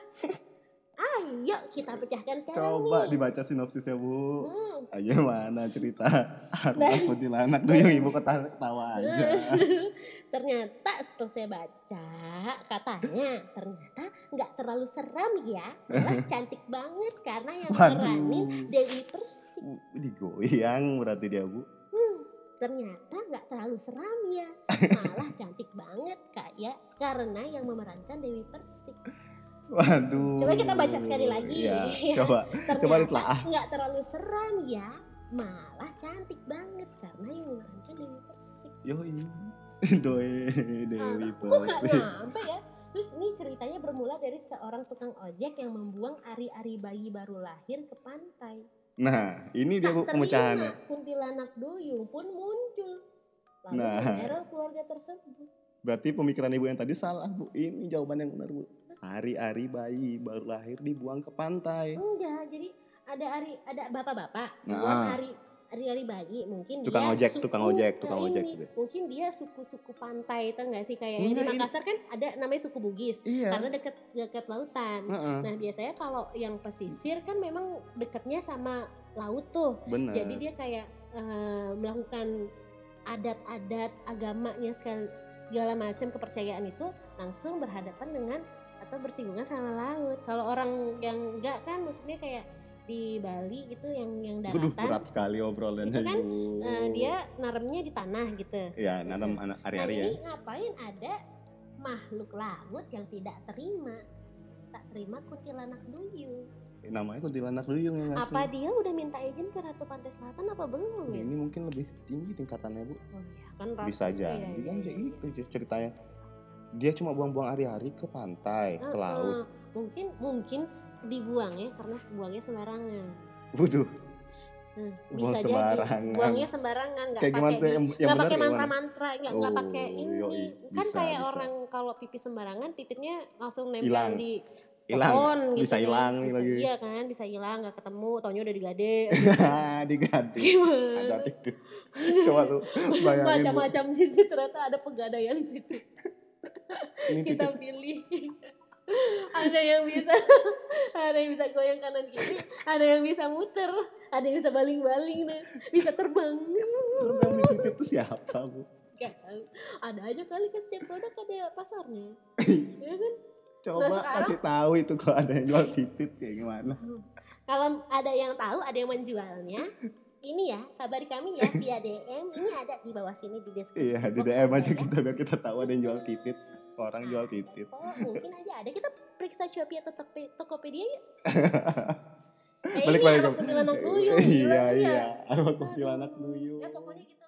C: Ayo kita pecahkan sekarang
B: Coba
C: nih.
B: dibaca sinopsisnya, Bu.
C: Hmm.
B: Ayo mana cerita arwah
C: Nah.
B: kuntilanak duyung, Ibu ketawa, ketawa aja.
C: Ternyata setelah saya baca katanya ternyata nggak terlalu seram ya, malah cantik banget karena yang
B: Waduh.
C: meranin Dewi Persik.
B: Digoyang berarti dia, Bu.
C: Hmm, ternyata nggak terlalu seram ya, malah cantik banget kayak karena yang memerankan Dewi Persik.
B: Waduh.
C: Coba kita baca sekali lagi.
B: Iya,
C: ya.
B: coba.
C: Ternyata
B: Coba ditelaah.
C: nggak terlalu seram ya, malah cantik banget karena yang memerankan Dewi Persik.
B: Yoi. Doe Dewi
C: Kok nggak
B: Persik.
C: nyampe ya? Terus ini ceritanya bermula dari seorang tukang ojek yang membuang ari-ari bayi baru lahir ke pantai.
B: Nah, ini dia, Bu,
C: Tak
B: pemecahannya.
C: terima, kuntilanak duyung pun muncul. Lalu
B: Nah.
C: meneror keluarga tersebut.
B: Berarti pemikiran Ibu yang tadi salah, Bu. Ini jawaban yang benar, Bu. Hari-hari bayi baru lahir dibuang ke pantai.
C: Enggak, jadi ada ari ada bapak-bapak
B: Nah.
C: buang hari hari-hari bayi mungkin
B: Tukang
C: dia
B: ojek,
C: suku-
B: tukang ojek,
C: nah
B: tukang ojek
C: ini,
B: gitu.
C: mungkin dia suku-suku pantai itu enggak sih kayak
B: Enggak,
C: di
B: ini-
C: Makassar kan ada namanya suku Bugis
B: Iya.
C: karena dekat dekat lautan.
B: Heeh.
C: Nah, biasanya kalau yang pesisir kan memang dekatnya sama laut tuh.
B: Bener.
C: Jadi dia kayak eh, melakukan adat-adat agamanya segala, segala macam kepercayaan itu langsung berhadapan dengan atau bersinggungan sama laut. Kalau orang yang enggak kan maksudnya kayak di Bali gitu yang yang
B: Waduh,
C: daratan
B: berat sekali obrolannya,
C: itu kan
B: Bu.
C: eh, dia naremnya di tanah gitu.
B: Iya, nanam anak
C: Nah
B: hari-hari ya.
C: ini ngapain ada makhluk laut yang tidak terima tak terima kuntilanak duyung.
B: Namanya kuntilanak duyung yang ngasih.
C: Apa dia udah minta izin ke Ratu Pantai Selatan apa belum ya?
B: Ini mungkin lebih tinggi tingkatannya Bu.
C: Oh iya kan Ratu.
B: Bisa jadi
C: iya,
B: kan
C: iya,
B: kayak
C: iya.
B: gitu just ceritanya. Dia cuma buang-buang hari-hari ke pantai, ke
C: Uh-uh.
B: laut.
C: Mungkin mungkin dibuangnya karena buangnya sembarangan.
B: Waduh.
C: Hmm,
B: Buang
C: bisa jadi
B: sembarangan.
C: buangnya sembarangan nggak
B: Kayak gimana
C: pakai
B: tuh
C: di-
B: yang- yang
C: nggak
B: benar
C: pakai
B: kayak gimana?
C: mantra-mantra nggak nggak
B: Oh,
C: pakai ini
B: yoi.
C: kan
B: Bisa,
C: kayak
B: bisa.
C: orang kalau pipis sembarangan titiknya langsung nempel
B: Hilang.
C: di
B: Hilang.
C: pohon gitu
B: Bisa
C: kan.
B: hilang
C: Bisa-
B: lagi.
C: iya kan bisa hilang nggak ketemu taunya udah digade
B: Diganti.
C: Gimana?
B: Ada itu. Coba tuh bayangin Bu.
C: macam-macam titik ternyata ada pegadaian titik
B: Ini
C: kita
B: titik.
C: pilih ada yang bisa ada yang bisa goyang kanan kiri ada yang bisa muter ada yang bisa baling-baling nih bisa terbang
B: Terus yang beli titik itu siapa Bu?
C: Gak tahu. Ada aja kali kan setiap produk ada pasarnya ya kan.
B: Coba
C: Nah, sekarang-
B: kasih tahu itu kalau ada yang jual titit kayak gimana.
C: kalau ada yang tahu ada yang menjualnya ini ya kabari kami ya via D M ini ada di bawah sini di deskripsi
B: Iya di
C: box
B: D M
C: ada
B: aja
C: ya.
B: kita biar kita tahu ada yang jual titit. Orang jual titit.
C: Oh, mungkin aja ada kita periksa Shopee atau Tokope- Tokopedia yuk. Eh,
B: Balik
C: ini
B: balik.
C: arwah kuntilanak duyung.
B: Iya
C: gila,
B: iya. Arwah kuntilanak duyung.
C: Ya pokoknya gitu.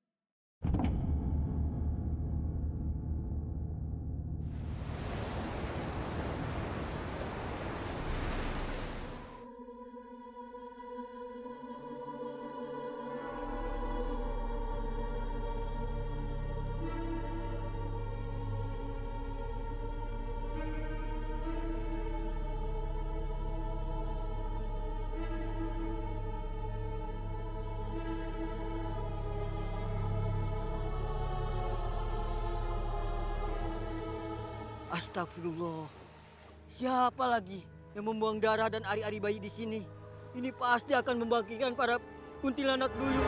Q: Astagfirullah. Siapa lagi yang membuang darah dan ari-ari bayi di sini? Ini pasti akan membangkitkan para kuntilanak duyung.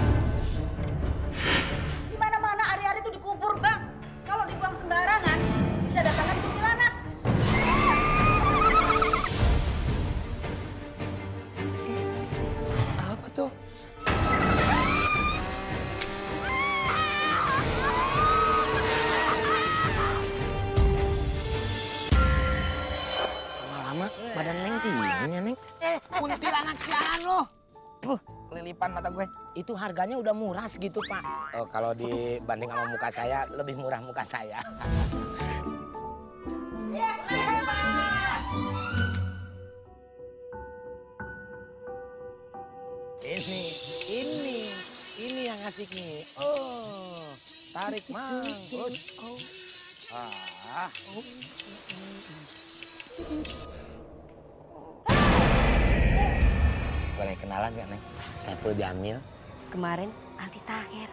R: Di mana-mana ari-ari itu dikubur, Bang. Kalau dibuang sembarangan, bisa datangkan kuntilanak.
Q: Apa tuh?
G: Lama-lama badan Neng tingginya, Neng.
L: Eh, kuntilanak sialan lo.
G: Tuh, kelilipan mata gue. Itu harganya udah murah segitu, Pak. Oh, kalau dibanding sama muka saya, lebih murah muka saya. Ini, ini, ini yang asik nih. Oh, tarik mang, bos. Ah. Boleh kenalan gak, Neng? Saiful Jamil.
R: Kemarin Aldi Taher.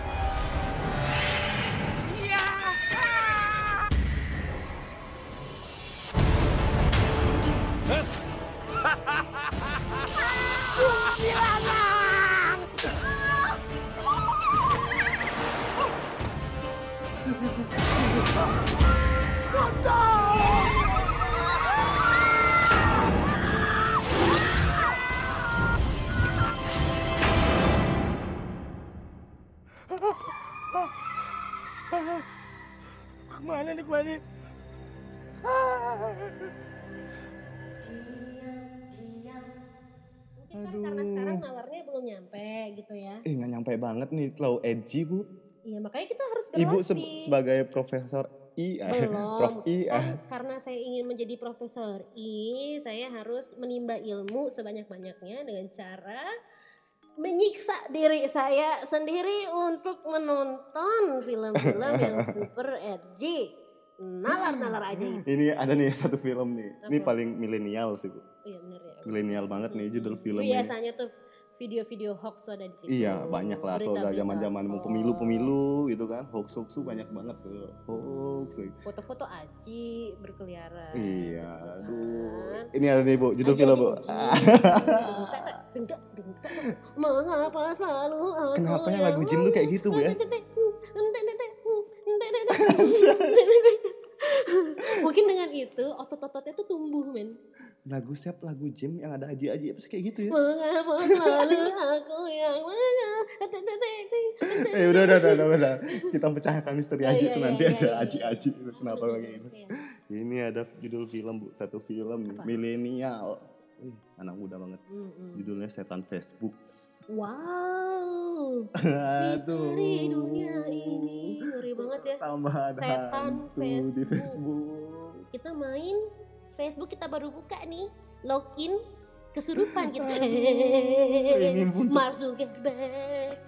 Q: Kemana nih gua nih?
C: Mungkin kan karena sekarang nalarnya belum nyampe gitu ya.
B: Eh nggak nyampe banget nih, terlalu edgy Bu.
C: Iya makanya kita harus
B: Ibu
C: berlatih.
B: se- sebagai profesor I, ah,
C: Belum.
B: Prof I, ah.
C: Kan karena saya ingin menjadi profesor I, saya harus menimba ilmu sebanyak-banyaknya dengan cara menyiksa diri saya sendiri untuk menonton film-film yang super edgy. Nalar-nalar aja itu.
B: Ini ada nih satu film nih. Ini
C: Apa?
B: paling milenial sih Bu.
C: Iya bener ya.
B: Milenial banget nih judul filmnya.
C: Biasanya tuh video-video hoax tuh ada di situ.
B: Iya banyak lah kalau udah
C: Berita-berita
B: zaman-zaman mau
C: hoax.
B: pemilu-pemilu gitu kan. Hoax-hoax tuh banyak banget tuh. Hoax lagi.
C: Foto-foto aji berkeliaran.
B: Iya,
C: gitu
B: aduh.
C: kan.
B: Ini ada nih Bu, judul
C: Aji,
B: film
C: aji,
B: Bu.
C: aji. Dengkak, dengkak. Mengapa selalu aku
B: Kenapa yang
C: yang
B: lagu Jim lu kayak gitu Bu ya?
C: Mungkin dengan itu otot-ototnya tuh tumbuh men.
B: Lagu siap lagu Jim yang ada aji-aji apa sih kayak gitu ya?
C: Mengapa selalu aku yang
B: Eh udah udah udah udah, udah. Kita pecahkan misteri
C: Oh,
B: aji
C: iya,
B: itu
C: iya,
B: nanti
C: iya,
B: aja
C: iya.
B: aji-aji itu kenapa kayak gitu.
C: Iya.
B: Ini ada judul film Bu, satu film nih, milenial. Wih, anak muda banget.
C: Mm-mm.
B: Judulnya Setan Facebook.
C: Wow, misteri dunia ini ngeri banget ya.
B: Tambah ada
C: Setan
B: hantu
C: Facebook.
B: di Facebook.
C: Kita main Facebook, kita baru buka nih, login, kesurupan kita.
B: Ini untuk-
C: Mark Zuckerberg.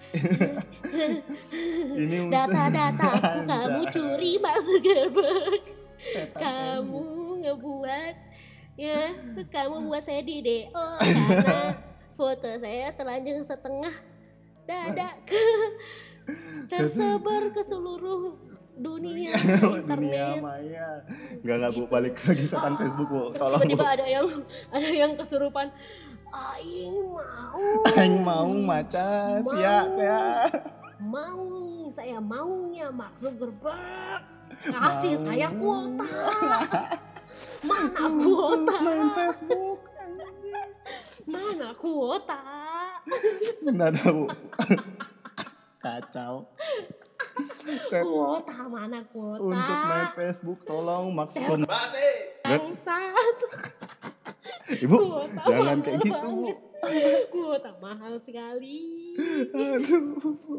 B: Ini untuk-
C: Data-data aku kamu
B: Anjay.
C: curi, Mark Zuckerberg.
B: Setan
C: Kamu ngebuat ya, kamu buat saya di D O karena foto saya telanjang setengah dada ke tersebar ke seluruh dunia
B: Dunia
C: internet.
B: maya. Enggak enggak Bu, balik lagi setan Facebook Bu.
C: Terus
B: Tolong.
C: tiba-tiba
B: Bu.
C: ada yang ada yang kesurupan. Aing mau.
B: Aing mau macan
C: Mau.
B: sia ya.
C: Mau, saya maunya Mark Zuckerberg. Kasih
B: Mau.
C: saya kuota. Mana kuota?
B: Main Facebook.
C: Mana kuota?
B: Enggak ada Bu. Kacau. Set
C: Kuota mana kuota?
B: untuk main Facebook tolong maksimal.
C: Bangsat.
B: Ibu,
C: Kuota
B: jangan
C: mahal
B: kayak gitu, Bu.
C: banget. Kuota mahal sekali.
B: Aduh.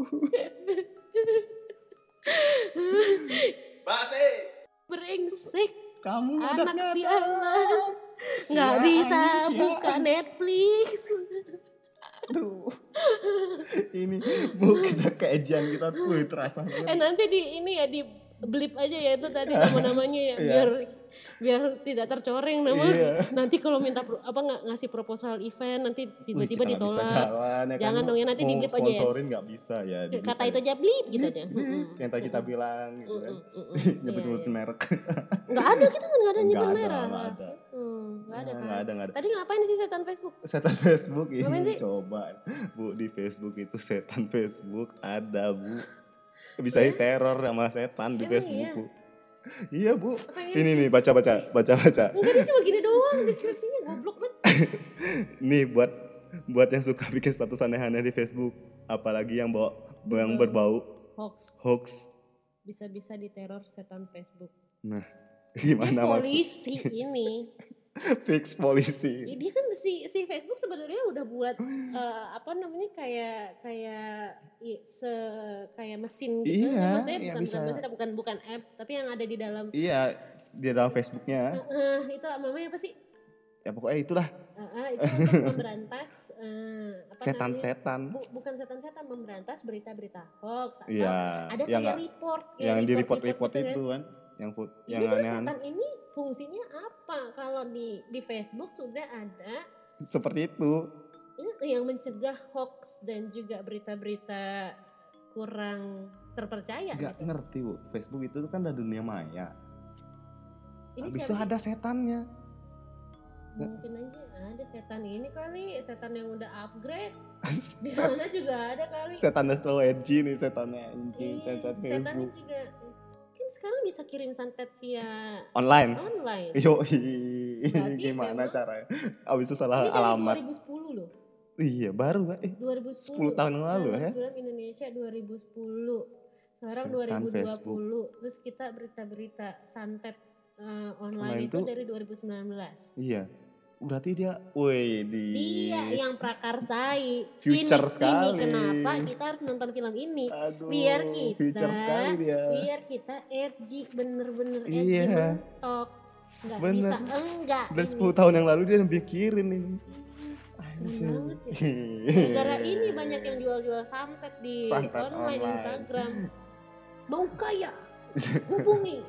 C: Brengsek.
B: Kamu
C: Anak
B: ngedap-ngedap.
C: sialan.
B: Sia,
C: Nggak bisa
B: anjing, sia.
C: buka Netflix.
B: Aduh. Ini Bu, kita keejian kita tuh terasa.
C: Eh nanti di ini ya di blip aja ya itu tadi nama-namanya ya
B: Iya.
C: biar biar tidak tercoreng nama.
B: Iya.
C: Nanti kalau minta pro- apa nggak ngasih proposal event nanti tiba-tiba
B: Wih, kita nggak bisa
C: ditolak.
B: jalan, ya kan,
C: Jangan
B: Bu.
C: dong ya nanti di
B: Mau
C: blip aja ya.
B: sponsorin nggak bisa ya. di blip
C: Kata
B: aja.
C: itu aja blip gitu aja.
B: Yang tadi kita bilang gitu kan. Nyebut-nyebutin merek.
C: Nggak ada kita kan nggak ada nyebut
B: Nggak ada,
C: merah.
B: nggak ada.
C: Hmm, nggak ada
B: Nah,
C: kan.
B: nggak ada, nggak ada.
C: Tadi ngapain sih setan Facebook?
B: Setan Facebook
C: Ngapain
B: ini
C: sih?
B: coba Bu, di Facebook itu setan Facebook ada Bu. Bisa
C: Iya?
B: diteror sama setan di
C: Emang
B: Facebook
C: iya?
B: Bu. Iya Bu.
C: Apaan
B: Ini nih baca baca baca baca.
C: Enggak dia cuma gini doang deskripsinya goblok banget.
B: Nih buat buat yang suka bikin status aneh-aneh di Facebook, apalagi yang bawa yang berbau
C: Hoax.
B: hoax.
C: Bisa-bisa diteror setan Facebook.
B: Nah,
C: Dia
B: gimana maksud?
C: polisi ini.
B: Fix polisi.
C: Ya, dia kan si si Facebook sebenarnya udah buat eh, apa namanya kayak kayak i- se kayak mesin gitu.
B: Iya,
C: Maksudnya
B: iya,
C: bukan
B: bisa.
C: bukan mesin, bukan bukan apps, tapi yang ada di dalam
B: Iya, di dalam Facebooknya.
C: Eh, itu namanya apa sih?
B: Ya pokoknya itulah
C: Eh, eh, itu untuk memberantas eh, apa
B: setan-setan.
C: namanya? Bu- bukan setan-setan, memberantas berita-berita hoax atau
B: Iya,
C: ada
B: yang
C: kayak
B: nggak-
C: report kayak
B: yang di
C: report-report
B: report-report
C: gitu
B: itu kan, yang put,
C: Ini
B: yang
C: terus
B: aneh-aneh.
C: setan ini fungsinya apa? Kalau di di Facebook sudah ada
B: Seperti itu.
C: ini yang mencegah hoax dan juga berita-berita kurang terpercaya
B: Gak
C: gitu.
B: ngerti Bu, Facebook itu kan ada dunia maya.
C: Ini
B: Habis itu
C: siapa sih?
B: ada setannya.
C: Mungkin aja ada setan ini kali, setan yang udah upgrade. Di sana juga ada kali.
B: Setan astrologi nih setannya anjing,
C: Iya,
B: setan
C: setannya
B: Facebook.
C: juga kan sekarang bisa kirim santet via
B: Online.
C: Online.
B: Yo,
C: Berarti
B: gimana
C: memang-
B: caranya? Abis itu salah
C: Ini dari
B: alamat.
C: dua ribu sepuluh loh.
B: Iya, baru kan? Eh,
C: dua ribu sepuluh.
B: sepuluh tahun yang lalu
C: Nama
B: ya.
C: Film Indonesia dua ribu sepuluh. Sekarang
B: Setan
C: dua ribu dua puluh. Terus kita berita-berita santet eh, online
B: Online
C: itu
B: tuh-
C: dari dua ribu sembilan belas.
B: Iya. Berarti dia, woi di
C: Dia yang prakarsai.
B: Future
C: ini,
B: sekali.
C: Ini kenapa kita harus nonton film ini?
B: Aduh,
C: biar kita,
B: future sekali dia.
C: biar kita edgy, bener-bener edgy
B: Iya.
C: mentok. Nggak
B: Bener.
C: bisa enggak
B: Dan
C: ini.
B: sepuluh tahun yang lalu dia mikirin ini.
C: Keren banget ya. Gara-gara ini banyak yang jual-jual santet di
B: Santet
C: online,
B: online.
C: Instagram. Mau kaya? Hubungi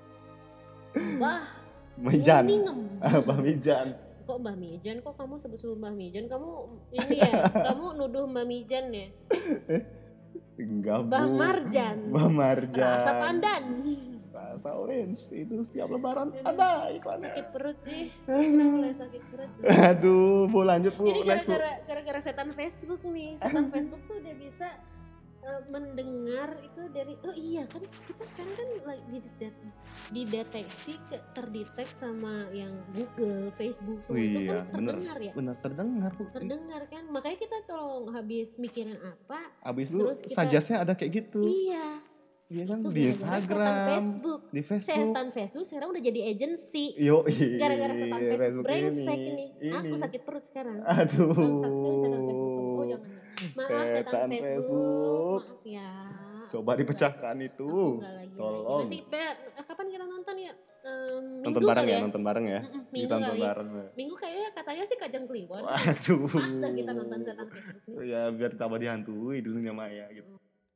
C: Mbah
B: Mijan.
C: Muningem.
B: Mbah Mijan.
C: Kok Mbah Mijan? Kok kamu sebut-sebut Mbah Mijan? Kamu ini ya? Kamu nuduh Mbah Mijan ya?
B: Enggak, Bu.
C: Mbah Marjan.
B: Mbah Marjan.
C: Rasa pandan.
B: Rasa orange. Itu setiap lebaran ada iklannya.
C: Sakit perut nih. Udah mulai sakit perut.
B: Aduh, Bu lanjut Bu.
C: Jadi
B: Next, Bu.
C: gara-gara gara-gara setan Facebook nih, setan Facebook tuh udah bisa uh, mendengar itu dari oh iya kan kita sekarang kan lagi didet- dideteksi ke terdetek sama yang Google, Facebook semua itu
B: Iya,
C: kan
B: bener.
C: terdengar ya.
B: Bener terdengar Bu.
C: Terdengar kan. Makanya kita kalau habis mikirin apa
B: Abis itu
C: terus kita-
B: suggest-nya ada kayak gitu.
C: Iya.
B: Iya kan
C: Itu
B: di
C: gara-gara
B: Instagram,
C: setan Facebook.
B: di Facebook.
C: Setan Facebook sekarang udah jadi agency.
B: Yo,
C: Gara-gara setan Facebook,
B: Facebook
C: brengsek
B: ini,
C: ini.
B: ini.
C: Aku sakit perut sekarang.
B: Aduh.
C: Bangsat sekali setan Facebook. Oh jangan. Maaf setan,
B: Setan
C: Facebook.
B: Facebook.
C: Maaf ya.
B: Coba dipecahkan itu.
C: Enggak lagi.
B: Tolong.
C: Nanti Pe, kapan kita nonton ya? Um,
B: Nonton
C: minggu
B: bareng
C: kali
B: ya, nonton bareng ya.
C: Mm-mm, minggu
B: Ditonton
C: kali ya.
B: bareng.
C: Minggu kayaknya katanya sih Kajang Kliwon.
B: Waduh.
C: Masa kita nonton setan Facebook nih?
B: Ya biar tambah dihantui di dunia maya gitu.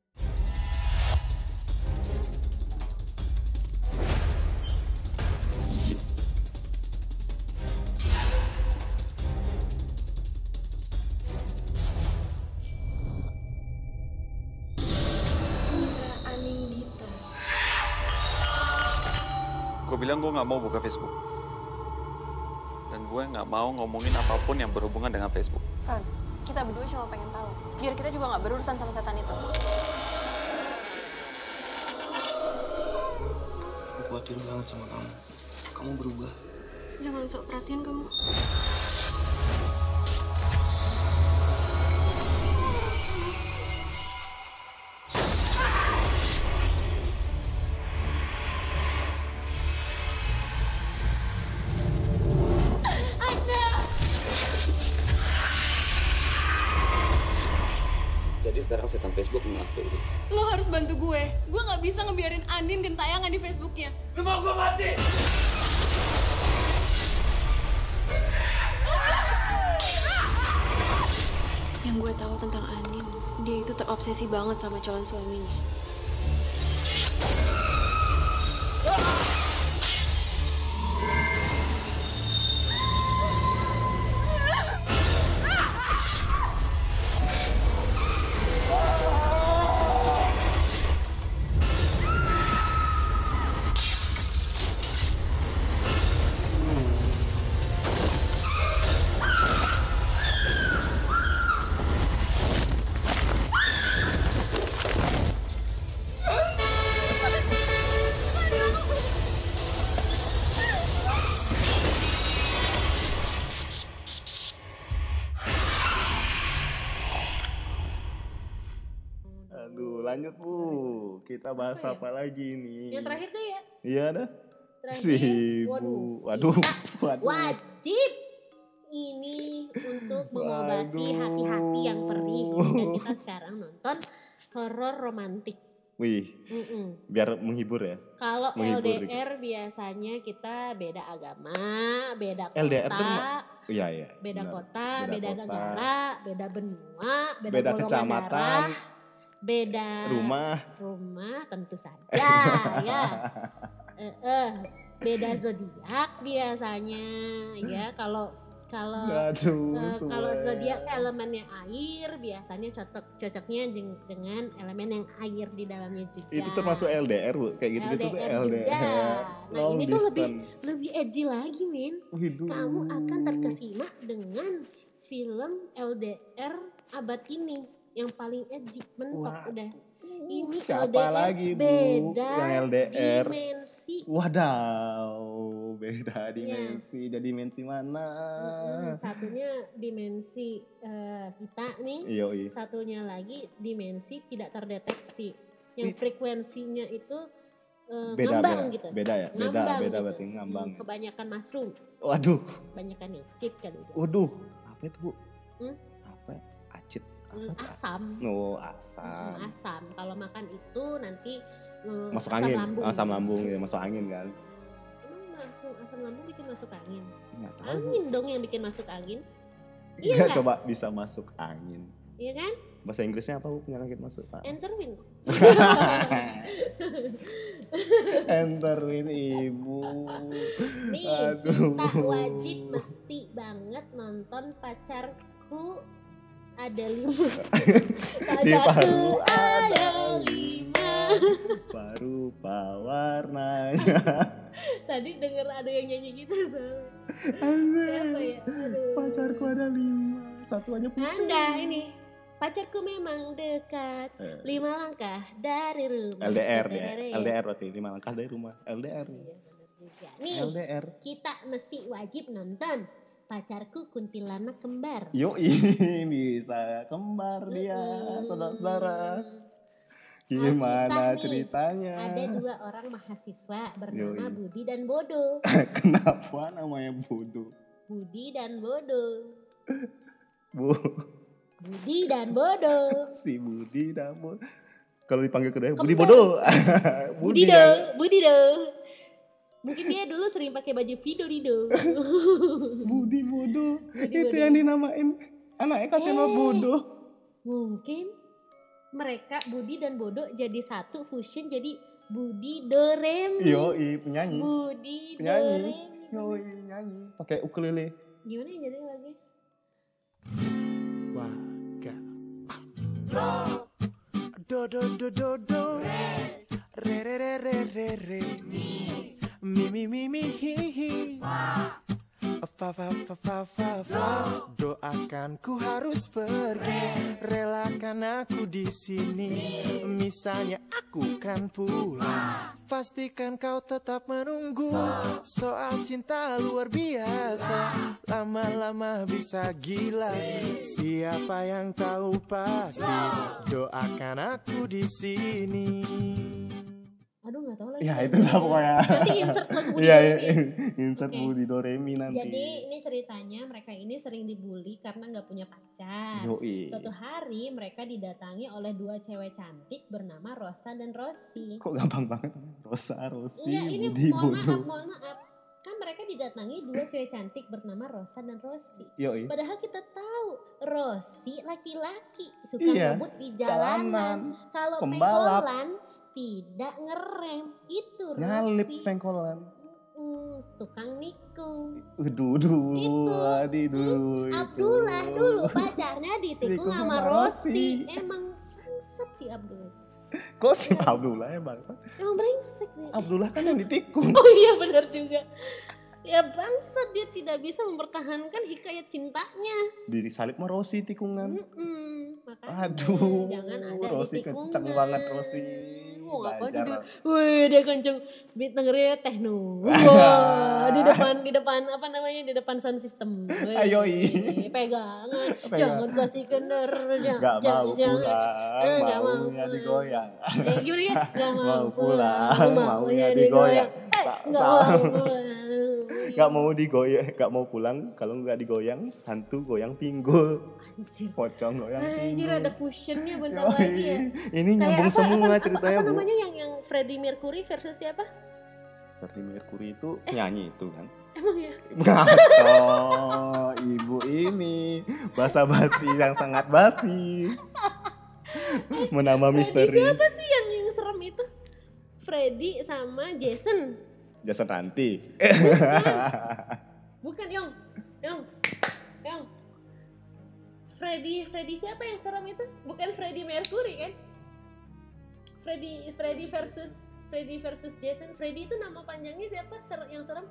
S: Gue bilang gue nggak mau buka Facebook. Dan gue nggak mau ngomongin apapun yang berhubungan dengan Facebook.
F: Ron, kita berdua cuma pengen tahu. Biar kita juga nggak berurusan sama setan itu.
O: Aku khawatir banget sama kamu. Kamu berubah.
F: Jangan sok perhatian kamu.
T: Jadi sekarang setan Facebook mengakui.
F: Lo harus bantu gue. Gue nggak bisa ngebiarin Andin gentayangan di Facebooknya.
T: Lu mau gue mati?
F: Yang gue tahu tentang Andin, dia itu terobsesi banget sama calon suaminya.
B: Aduh, lanjut Bu. Kita bahas apa, ya? apa lagi nih?
C: Yang terakhir deh ya.
B: Iya dah.
C: Terakhir.
B: Si
C: Waduh.
B: Waduh.
C: Waduh. Wajib ini untuk mengobati hati-hati yang perih. Dan kita sekarang nonton horor romantik.
B: Wih, Mm-mm. biar menghibur ya.
C: Kalau
B: menghibur
C: L D R gitu. Biasanya kita beda agama, beda kota.
B: L D R tuh iya iya.
C: Beda
B: benar.
C: kota, beda,
B: beda kota,
C: negara, beda benua, beda,
B: beda
C: golongan
B: kecamatan,
C: darah, beda
B: rumah.
C: Rumah tentu saja ya. Eh, eh, beda zodiak biasanya ya. Kalau kalau
B: Aduh,
C: uh, kalau zodiak elemennya air, biasanya cocok cocoknya dengan elemen yang air di dalamnya juga.
B: Itu termasuk L D R Bu, kayak gitu-gitu tuh L D R.
C: Nah,
B: Long
C: ini
B: distance.
C: tuh lebih lebih edgy lagi, Min.
B: Hidup.
C: Kamu akan terkesima dengan film L D R abad ini yang paling edgy, mentok
B: Wah.
C: udah. Ini
B: Siapa
C: L D R
B: lagi Bu
C: beda
B: yang L D R?
C: dimensi.
B: Wadaw, beda dimensi.
C: Ya.
B: Jadi dimensi mana?
C: Mm-mm, satunya dimensi uh, kita nih,
B: Yoi.
C: satunya lagi dimensi tidak terdeteksi. Yang frekuensinya itu uh,
B: Beda,
C: ngambang
B: beda.
C: gitu.
B: Beda ya? Beda,
C: Ngambang
B: beda
C: gitu.
B: berarti ngambang.
C: Hmm, kebanyakan mushroom.
B: Waduh.
C: Kebanyakan nicit kan itu.
B: Waduh, apa itu Bu?
C: Hmm?
B: Apa? Acit.
C: Hmm, asam.
B: Oh, asam.
C: Hmm, asam. Kalau makan itu nanti uh,
B: Masuk
C: asam
B: angin.
C: lambung.
B: Asam lambung ya, masuk angin kan.
C: Emang asam, asam lambung bikin masuk angin?
B: Nggak tahu.
C: Angin dong yang bikin masuk angin. Iya
B: Nggak,
C: nggak?
B: coba bisa masuk angin.
C: Iya kan?
B: Bahasa Inggrisnya apa Bu? Penyakit masuk angin.
C: Enterwin.
B: Enterwin Ibu.
C: Nih,
B: Aduh.
C: kita wajib mesti banget nonton Pacarku Ada Lima.
B: Di
C: Pacarku
B: paru
C: ada lima.
B: Parupa warnanya.
C: Tadi denger ada yang nyanyi gitu soalnya.
B: Aduh.
C: Siapa ya? Aduh.
B: Pacarku ada lima. Satu aja pusing.
C: Anda ini. Pacarku memang dekat,
B: Eh.
C: lima langkah dari rumah.
B: L D R ya.
C: ya.
B: L D R berarti lima langkah dari rumah. L D R.
C: Iya benar juga. Nih,
B: L D R.
C: kita mesti wajib nonton Pacarku Kuntilanak Kembar.
B: Yuk, bisa kembar dia, saudara-saudara. Gimana
C: Alkisah nih,
B: ceritanya?
C: Ada dua orang mahasiswa bernama
B: Yoi.
C: Budi dan Bodo.
B: Kenapa namanya bodoh?
C: Budi dan Bodo.
B: Bu,
C: Budi dan Bodo.
B: si Budi dan Bodo. Kalau dipanggil kedua,
C: Kembar.
B: Budi bodoh.
C: Budi
B: ya.
C: do, Budi do. Mungkin dia dulu sering pakai baju Vido Dido.
B: Budi bodoh.
C: Budi
B: Itu
C: bodoh.
B: yang dinamain anaknya kasih nama
C: Eh.
B: bodoh.
C: Mungkin mereka Budi dan Bodo jadi satu fusion jadi Budi Doremi.
B: Yoi, penyanyi.
C: Budi
B: Penyanyi.
C: Doremi.
B: Yoi, nyanyi. Pakai ukulele.
C: Gimana ya jadi lagi?
O: Waga. Do do do do do. Re re re re re re. Mi mi mi mi hi hi. Fa fa fa fa fa fa. Doakan ku harus pergi, relakan aku di sini. Misalnya aku kan pulang, pastikan kau tetap menunggu. Soal cinta luar biasa, lama-lama bisa gila. Siapa yang tahu pasti, doakan aku di sini.
C: Aduh nggak tahu lagi.
B: Ya itu lah pokoknya.
C: Nanti insert lagu Budi
B: Iya,
C: Doremi.
B: insert
C: Oke.
B: Budi Doremi nanti.
C: Jadi ini ceritanya mereka ini sering dibully karena nggak punya pacar.
B: Yoi.
C: Suatu hari mereka didatangi oleh dua cewek cantik bernama Rosa dan Rosi.
B: Kok gampang banget? Rosa, Rosi,
C: Enggak, ini
B: Budi,
C: mohon
B: bodoh.
C: maaf, mohon maaf. Kan mereka didatangi dua cewek cantik bernama Rosa dan Rosi.
B: Yoi.
C: Padahal kita tahu Rosi laki-laki suka
B: Iya,
C: ngebut di jalanan.
B: jalanan.
C: Kalau
B: Pembalap.
C: pengkolan tidak ngerem. Itu
B: Nyalip
C: Rosi.
B: pengkolan.
C: Hmm, tukang nikung.
B: Waduh, duh,
C: Itu.
B: adi dulu itu.
C: Abdullah dulu pacarnya ditikung
B: Ditikung
C: sama
B: sama
C: Rosi.
B: Rosi.
C: Emang bangsat si Abdullah.
B: Kok si Abdullah ya bangsa?
C: Emang brengsek nih.
B: Abdullah kan yang ditikung.
C: Oh iya benar juga. Ya bangsat, dia tidak bisa mempertahankan hikayat cintanya.
B: Disalip sama Rosi tikungan.
C: Hmm, makanya
B: Aduh,
C: jangan ada
B: Rosi
C: di tikungan.
B: kenceng banget Rosi.
C: Oh, ngapain
B: Belajar.
C: itu? Wih, dia kenceng. Beat dengernya techno. Wah, di depan di depan apa namanya? Di depan sound system. Wih,
B: Ayoi.
C: pegangan.
B: Pegangan.
C: Jangan kasih kendor.
B: Gak mau pulang,
C: Gak mau
B: maunya digoyang.
C: Eh, gimana ya? Gak mau,
B: Mau
C: pulang,
B: pulang, maunya digoyang.
C: Eh,
B: Sa-
C: gak
B: sa-
C: mau pulang.
B: Gak mau digoyang, gak mau pulang. Kalau nggak digoyang, hantu goyang pinggul.
C: Anjir.
B: Pocong goyang
C: Anjir,
B: pinggul.
C: ada fusionnya bentar
B: Yoi.
C: lagi ya.
B: Ini
C: Kayak
B: nyambung
C: apa,
B: semua
C: apa,
B: ceritanya,
C: apa, apa
B: Bu.
C: namanya yang yang Freddie Mercury versus siapa?
B: Freddie Mercury itu nyanyi itu kan.
C: Emang ya?
B: Ngaco, ibu ini basa-basi yang sangat basi. Menambah
C: Freddie
B: misteri.
C: siapa sih yang yang serem itu? Freddie sama Jason.
B: Jason Ranti.
C: Bukan Yong. Yong. Yong. Freddie Freddie siapa yang serem itu? Bukan Freddie Mercury kan? Freddie Freddie versus Freddie versus Jason. Freddie itu nama panjangnya siapa? Ser yang serem?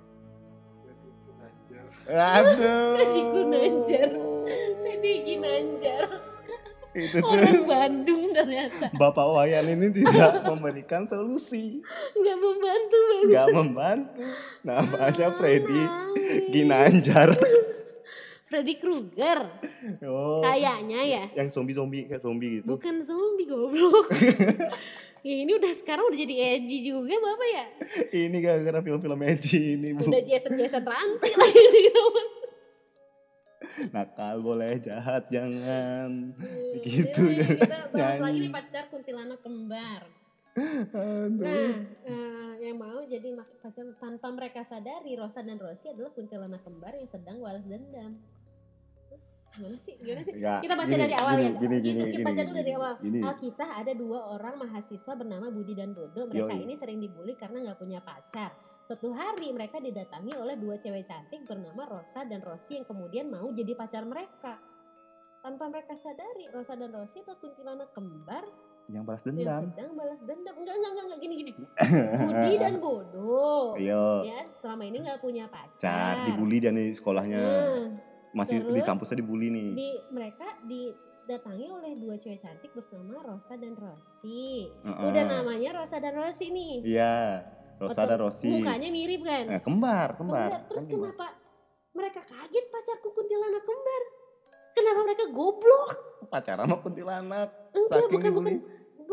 B: Aduh.
C: Freddie Gunanjar. Freddie Ginanjar.
B: Itu tuh
C: Orang Bandung ternyata.
B: Bapak Wayan ini tidak memberikan solusi.
C: Nggak membantu banget.
B: Gak membantu. Namanya Freddy Ginanjar.
C: Freddy Krueger.
B: Oh,
C: Kayaknya ya.
B: yang zombie-zombie kayak zombie gitu.
C: Bukan zombie goblok. Ya ini udah sekarang udah jadi edgy juga Bapak ya.
B: Ini gara-gara film-film edgy ini, Bu.
C: Udah Jason-Jason Ranti lagi nih kawan.
B: Nakal boleh, jahat jangan. Gitu
C: Jadi kita bahas lagi
B: nyanyi.
C: nih pacar kuntilanak kembar.
B: Aduh.
C: Nah, eh, yang mau jadi mak- pacar tanpa mereka sadari Rosa dan Rosi adalah kuntilanak kembar yang sedang balas dendam. Gimana sih? Gimana sih?
B: Enggak,
C: Kita baca
B: gini,
C: dari awal
B: gini,
C: ya.
B: gini,
C: Gitu,
B: gini,
C: kita
B: gini,
C: baca dulu dari
B: gini,
C: awal.
B: gini.
C: Alkisah ada dua orang mahasiswa bernama Budi dan Bodo. Mereka
B: Yoi.
C: ini sering dibully karena nggak punya pacar. Suatu hari mereka didatangi oleh dua cewek cantik bernama Rosa dan Rosi yang kemudian mau jadi pacar mereka. Tanpa mereka sadari, Rosa dan Rosi adalah kuntilanak kembar
B: Yang balas
C: yang
B: dendam.
C: sedang balas dendam. Enggak, enggak, enggak, enggak, gini, gini. Budi dan Bodo.
B: Iya.
C: Ya, selama ini nggak punya pacar.
B: Car, dibully dia nih sekolahnya.
C: Nah,
B: Masih di
C: terus
B: kampusnya dibully nih.
C: Di, mereka didatangi oleh dua cewek cantik bernama Rosa dan Rosi.
B: Uh-uh.
C: Udah namanya Rosa dan Rosi nih.
B: Iya, Rosa
C: Otot-
B: dan Rosi.
C: Mukanya mirip kan?
B: Eh, kembar, kembar.
C: Kembar. Terus
B: Kan kembar.
C: kenapa mereka kaget pacarku kuntilanak kembar? Kenapa mereka goblok?
B: Pacaran sama kuntilanak.
C: Enggak,
B: Saking
C: bukan, bukan,
B: dibully.
C: bukan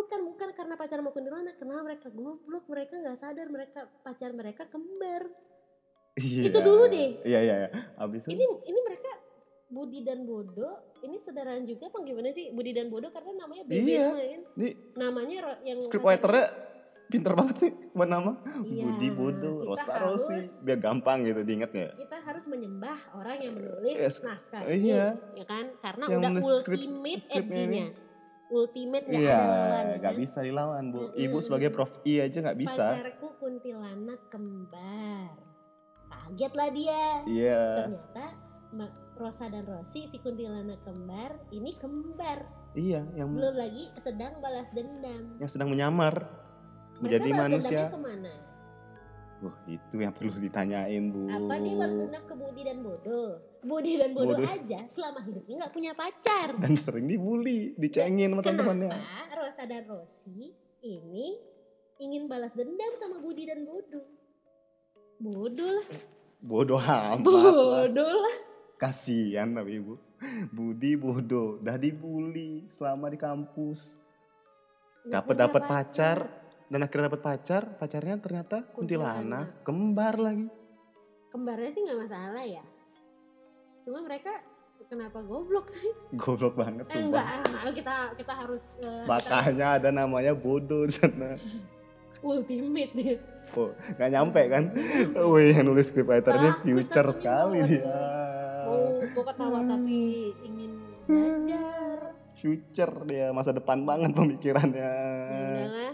C: bukan bukan karena pacar mau kuntilanak, karena mereka goblok, mereka nggak sadar mereka pacar mereka kembar.
B: Iya.
C: Itu dulu deh.
B: Iya iya. iya. Abis itu
C: Ini ini mereka Budi dan Bodo, ini saudaraan juga apa gimana sih? Budi dan Bodo karena namanya beda
B: Iya.
C: semua kan?
B: Nih
C: Namanya ro- yang
B: scriptwriternya pinter banget nih buat nama.
C: Iya,
B: Budi Bodo,
C: kita
B: Rosa
C: harus-
B: Rossi, biar gampang gitu diingatnya.
C: kita harus menyembah orang yang menulis
B: Yes.
C: naskah
B: Iya.
C: ini, ya kan? Karena
B: Yang
C: udah
B: menulis skrip-
C: ultimate
B: skripnya
C: edgy-nya. Ultimate nggak
B: Iya,
C: ada lawan, ya
B: nggak
C: kan?
B: bisa dilawan bu.
C: Mm-mm.
B: Ibu sebagai Prof I aja nggak bisa.
C: Pacarku kuntilanak kembar. Kaget lah dia.
B: Iya.
C: Ternyata Ma- Rosa dan Rossi si kuntilanak kembar ini kembar.
B: Iya, yang
C: Belum lagi sedang balas dendam.
B: yang sedang menyamar
C: Mereka
B: menjadi
C: balas
B: manusia.
C: dendamnya kemana?
B: Wah, itu yang perlu ditanyain bu.
C: Apa dia balas dendam ke Budi dan Bodo? Budi dan Bodo,
B: Bodo.
C: aja selama hidupnya nggak punya pacar.
B: Dan sering dibully, dicengin sama teman-temannya.
C: Kenapa Rosa dan Rossi ini ingin balas dendam sama Budi dan Bodo? Bodoh lah.
B: Bodoh amat. lah.
C: Bodoh lah.
B: Kasian tapi ibu. Budi bodoh, udah dibully selama di kampus.
C: Nggak
B: Dapat
C: punya
B: dapat pacar dan akhirnya dapat pacar, pacarnya ternyata kuntilanak, kembar lagi.
C: Kembarnya sih nggak masalah ya. Cuma mereka kenapa goblok sih?
B: Goblok banget
C: Eh, enggak,
B: sumpah.
C: ah, kita kita harus eh, kita
B: Makanya ada namanya bodoh di sana.
C: ultimate deh.
B: Oh, nggak nyampe kan? Wih, yang nulis scriptwriternya
C: Takut
B: future
C: aku
B: sekali
C: nih,
B: dia.
C: Mau mau ketawa tapi ingin belajar.
B: Future dia, masa depan banget pemikirannya.
C: Ya udahlah.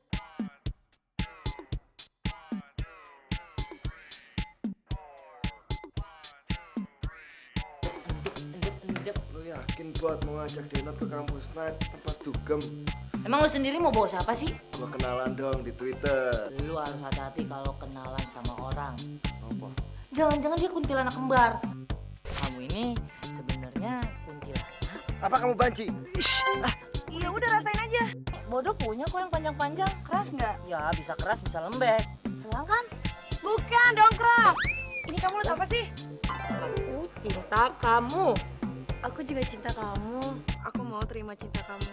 U: Lu yakin buat mau ngajak Denot ke kampus night tempat dugem?
R: Emang lu sendiri mau bawa siapa sih?
U: Gua kenalan dong di Twitter.
R: Lu harus hati-hati kalau kenalan sama orang.
U: Apa?
R: Jangan-jangan dia kuntilanak kembar. Kamu ini sebenarnya kuntilanak.
U: Apa kamu banci?
R: Ah, iya udah rasain aja. Bodoh punya kok yang panjang-panjang. Keras nggak? Ya bisa keras bisa lembek. Selang kan?
K: Bukan dongkrak. Ini kamu lihat apa sih?
R: Aku cinta kamu.
K: Aku juga cinta kamu. Aku mau terima cinta kamu.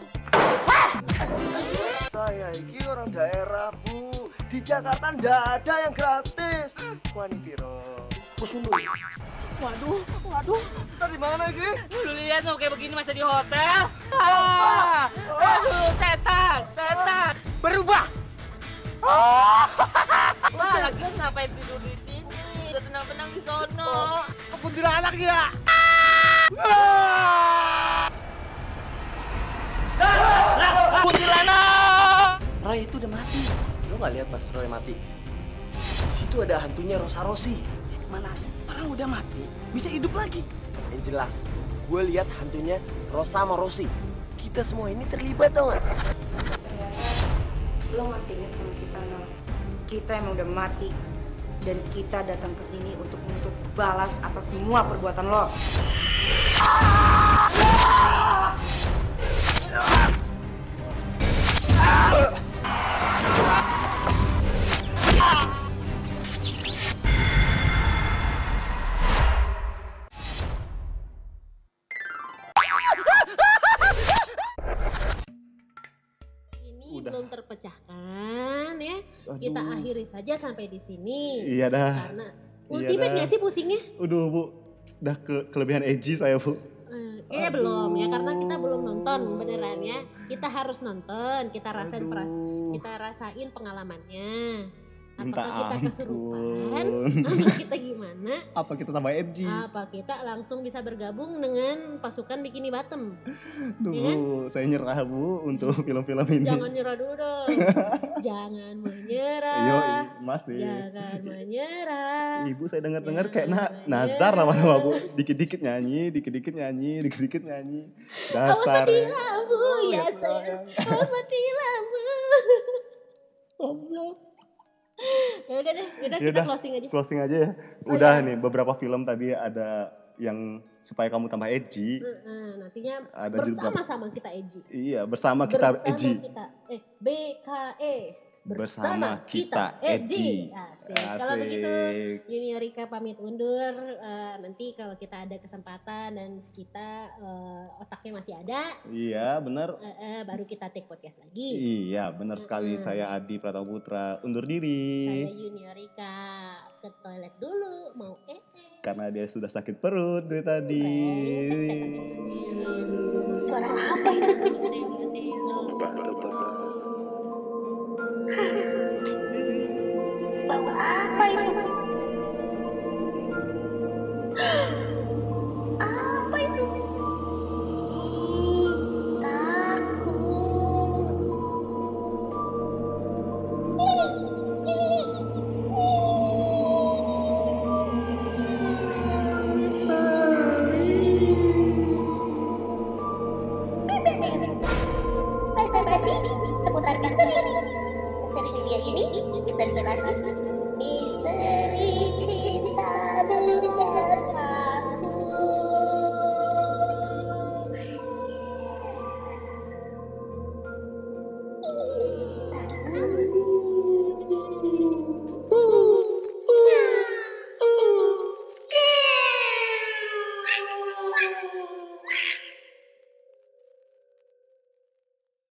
U: Saya ini orang daerah bu. Di Jakarta ndak ada yang gratis. Wani piro? Kusundul.
R: Waduh, waduh.
U: Dari mana ini?
R: Lu lihat tuh kayak begini masih di hotel. Ah, aduh, setan, setan.
U: Berubah.
R: Wah, lagian ngapain tidur di sini? Udah tenang-tenang di sono.
U: Kuntilanak ya.
J: Kuntilanak! Roy itu udah mati. Lo nggak lihat pas Roy mati? Di situ ada hantunya Rosa Rossi. Mana orang udah mati bisa hidup lagi? Yang jelas, gue lihat hantunya Rosa sama Rossi. Kita semua ini terlibat tau gak?
R: Lo masih ingat sama kita, no? Kita emang udah mati. Dan kita datang ke sini untuk untuk balas atas semua perbuatan lo.
C: Ini
B: Udah.
C: belum terpecahkan ya.
B: Aduh.
C: Kita akhiri saja sampai di sini.
B: Iya dah.
C: Karena
B: Iya
C: ultimate
B: dah.
C: nggak sih pusingnya?
B: Udah bu, udah ke kelebihan edgy saya bu.
C: Eh, Kayaknya belum ya karena kita belum nonton beneran ya. Kita harus nonton, kita rasain peras, kita rasain pengalamannya.
B: Minta
C: Apakah kita kesurupan?
B: ampun.
C: Apa kita gimana?
B: Apa kita tambah edgy?
C: Apa kita langsung bisa bergabung dengan pasukan Bikini Bottom?
B: Duh,
C: Ya kan?
B: bu, saya nyerah bu untuk film-film ini.
C: Jangan nyerah dulu dong. Jangan menyerah.
B: Yo, masih.
C: Jangan menyerah.
B: Ibu saya dengar-dengar kayak na Nazar lama-lama bu, dikit-dikit nyanyi, dikit-dikit nyanyi, dikit-dikit nyanyi.
C: Awas
B: Dasar.
C: mati lampu ya
B: ya
C: sayang. Awas mati lampu. Ya udah deh, udah kita
B: Yaudah,
C: closing aja.
B: Closing aja ya.
C: Oh,
B: Udah
C: iya.
B: nih beberapa film tadi ada yang supaya kamu tambah edgy.
C: Nah, nantinya
B: Ada juga-
C: bersama-sama kita edgy.
B: Iya, bersama kita
C: Bersama
B: edgy.
C: kita eh B K E.
B: B bersama kita Edgy.
C: Asik. Kalau begitu Juniorika pamit undur. Uh, nanti kalau kita ada kesempatan dan kita uh, otaknya masih ada.
B: Iya benar.
C: Uh, uh, baru kita take podcast lagi.
B: Iya benar sekali. Uh, Saya Adi Pratama Putra undur diri.
C: Saya Juniorika ke toilet dulu mau eh.
B: Karena dia sudah sakit perut dari tadi.
M: Suara apa itu? Bau apa itu? Apa itu? Takut. Saya berbagi seputar misteri. Misteri dunia ini bisa dijelaskan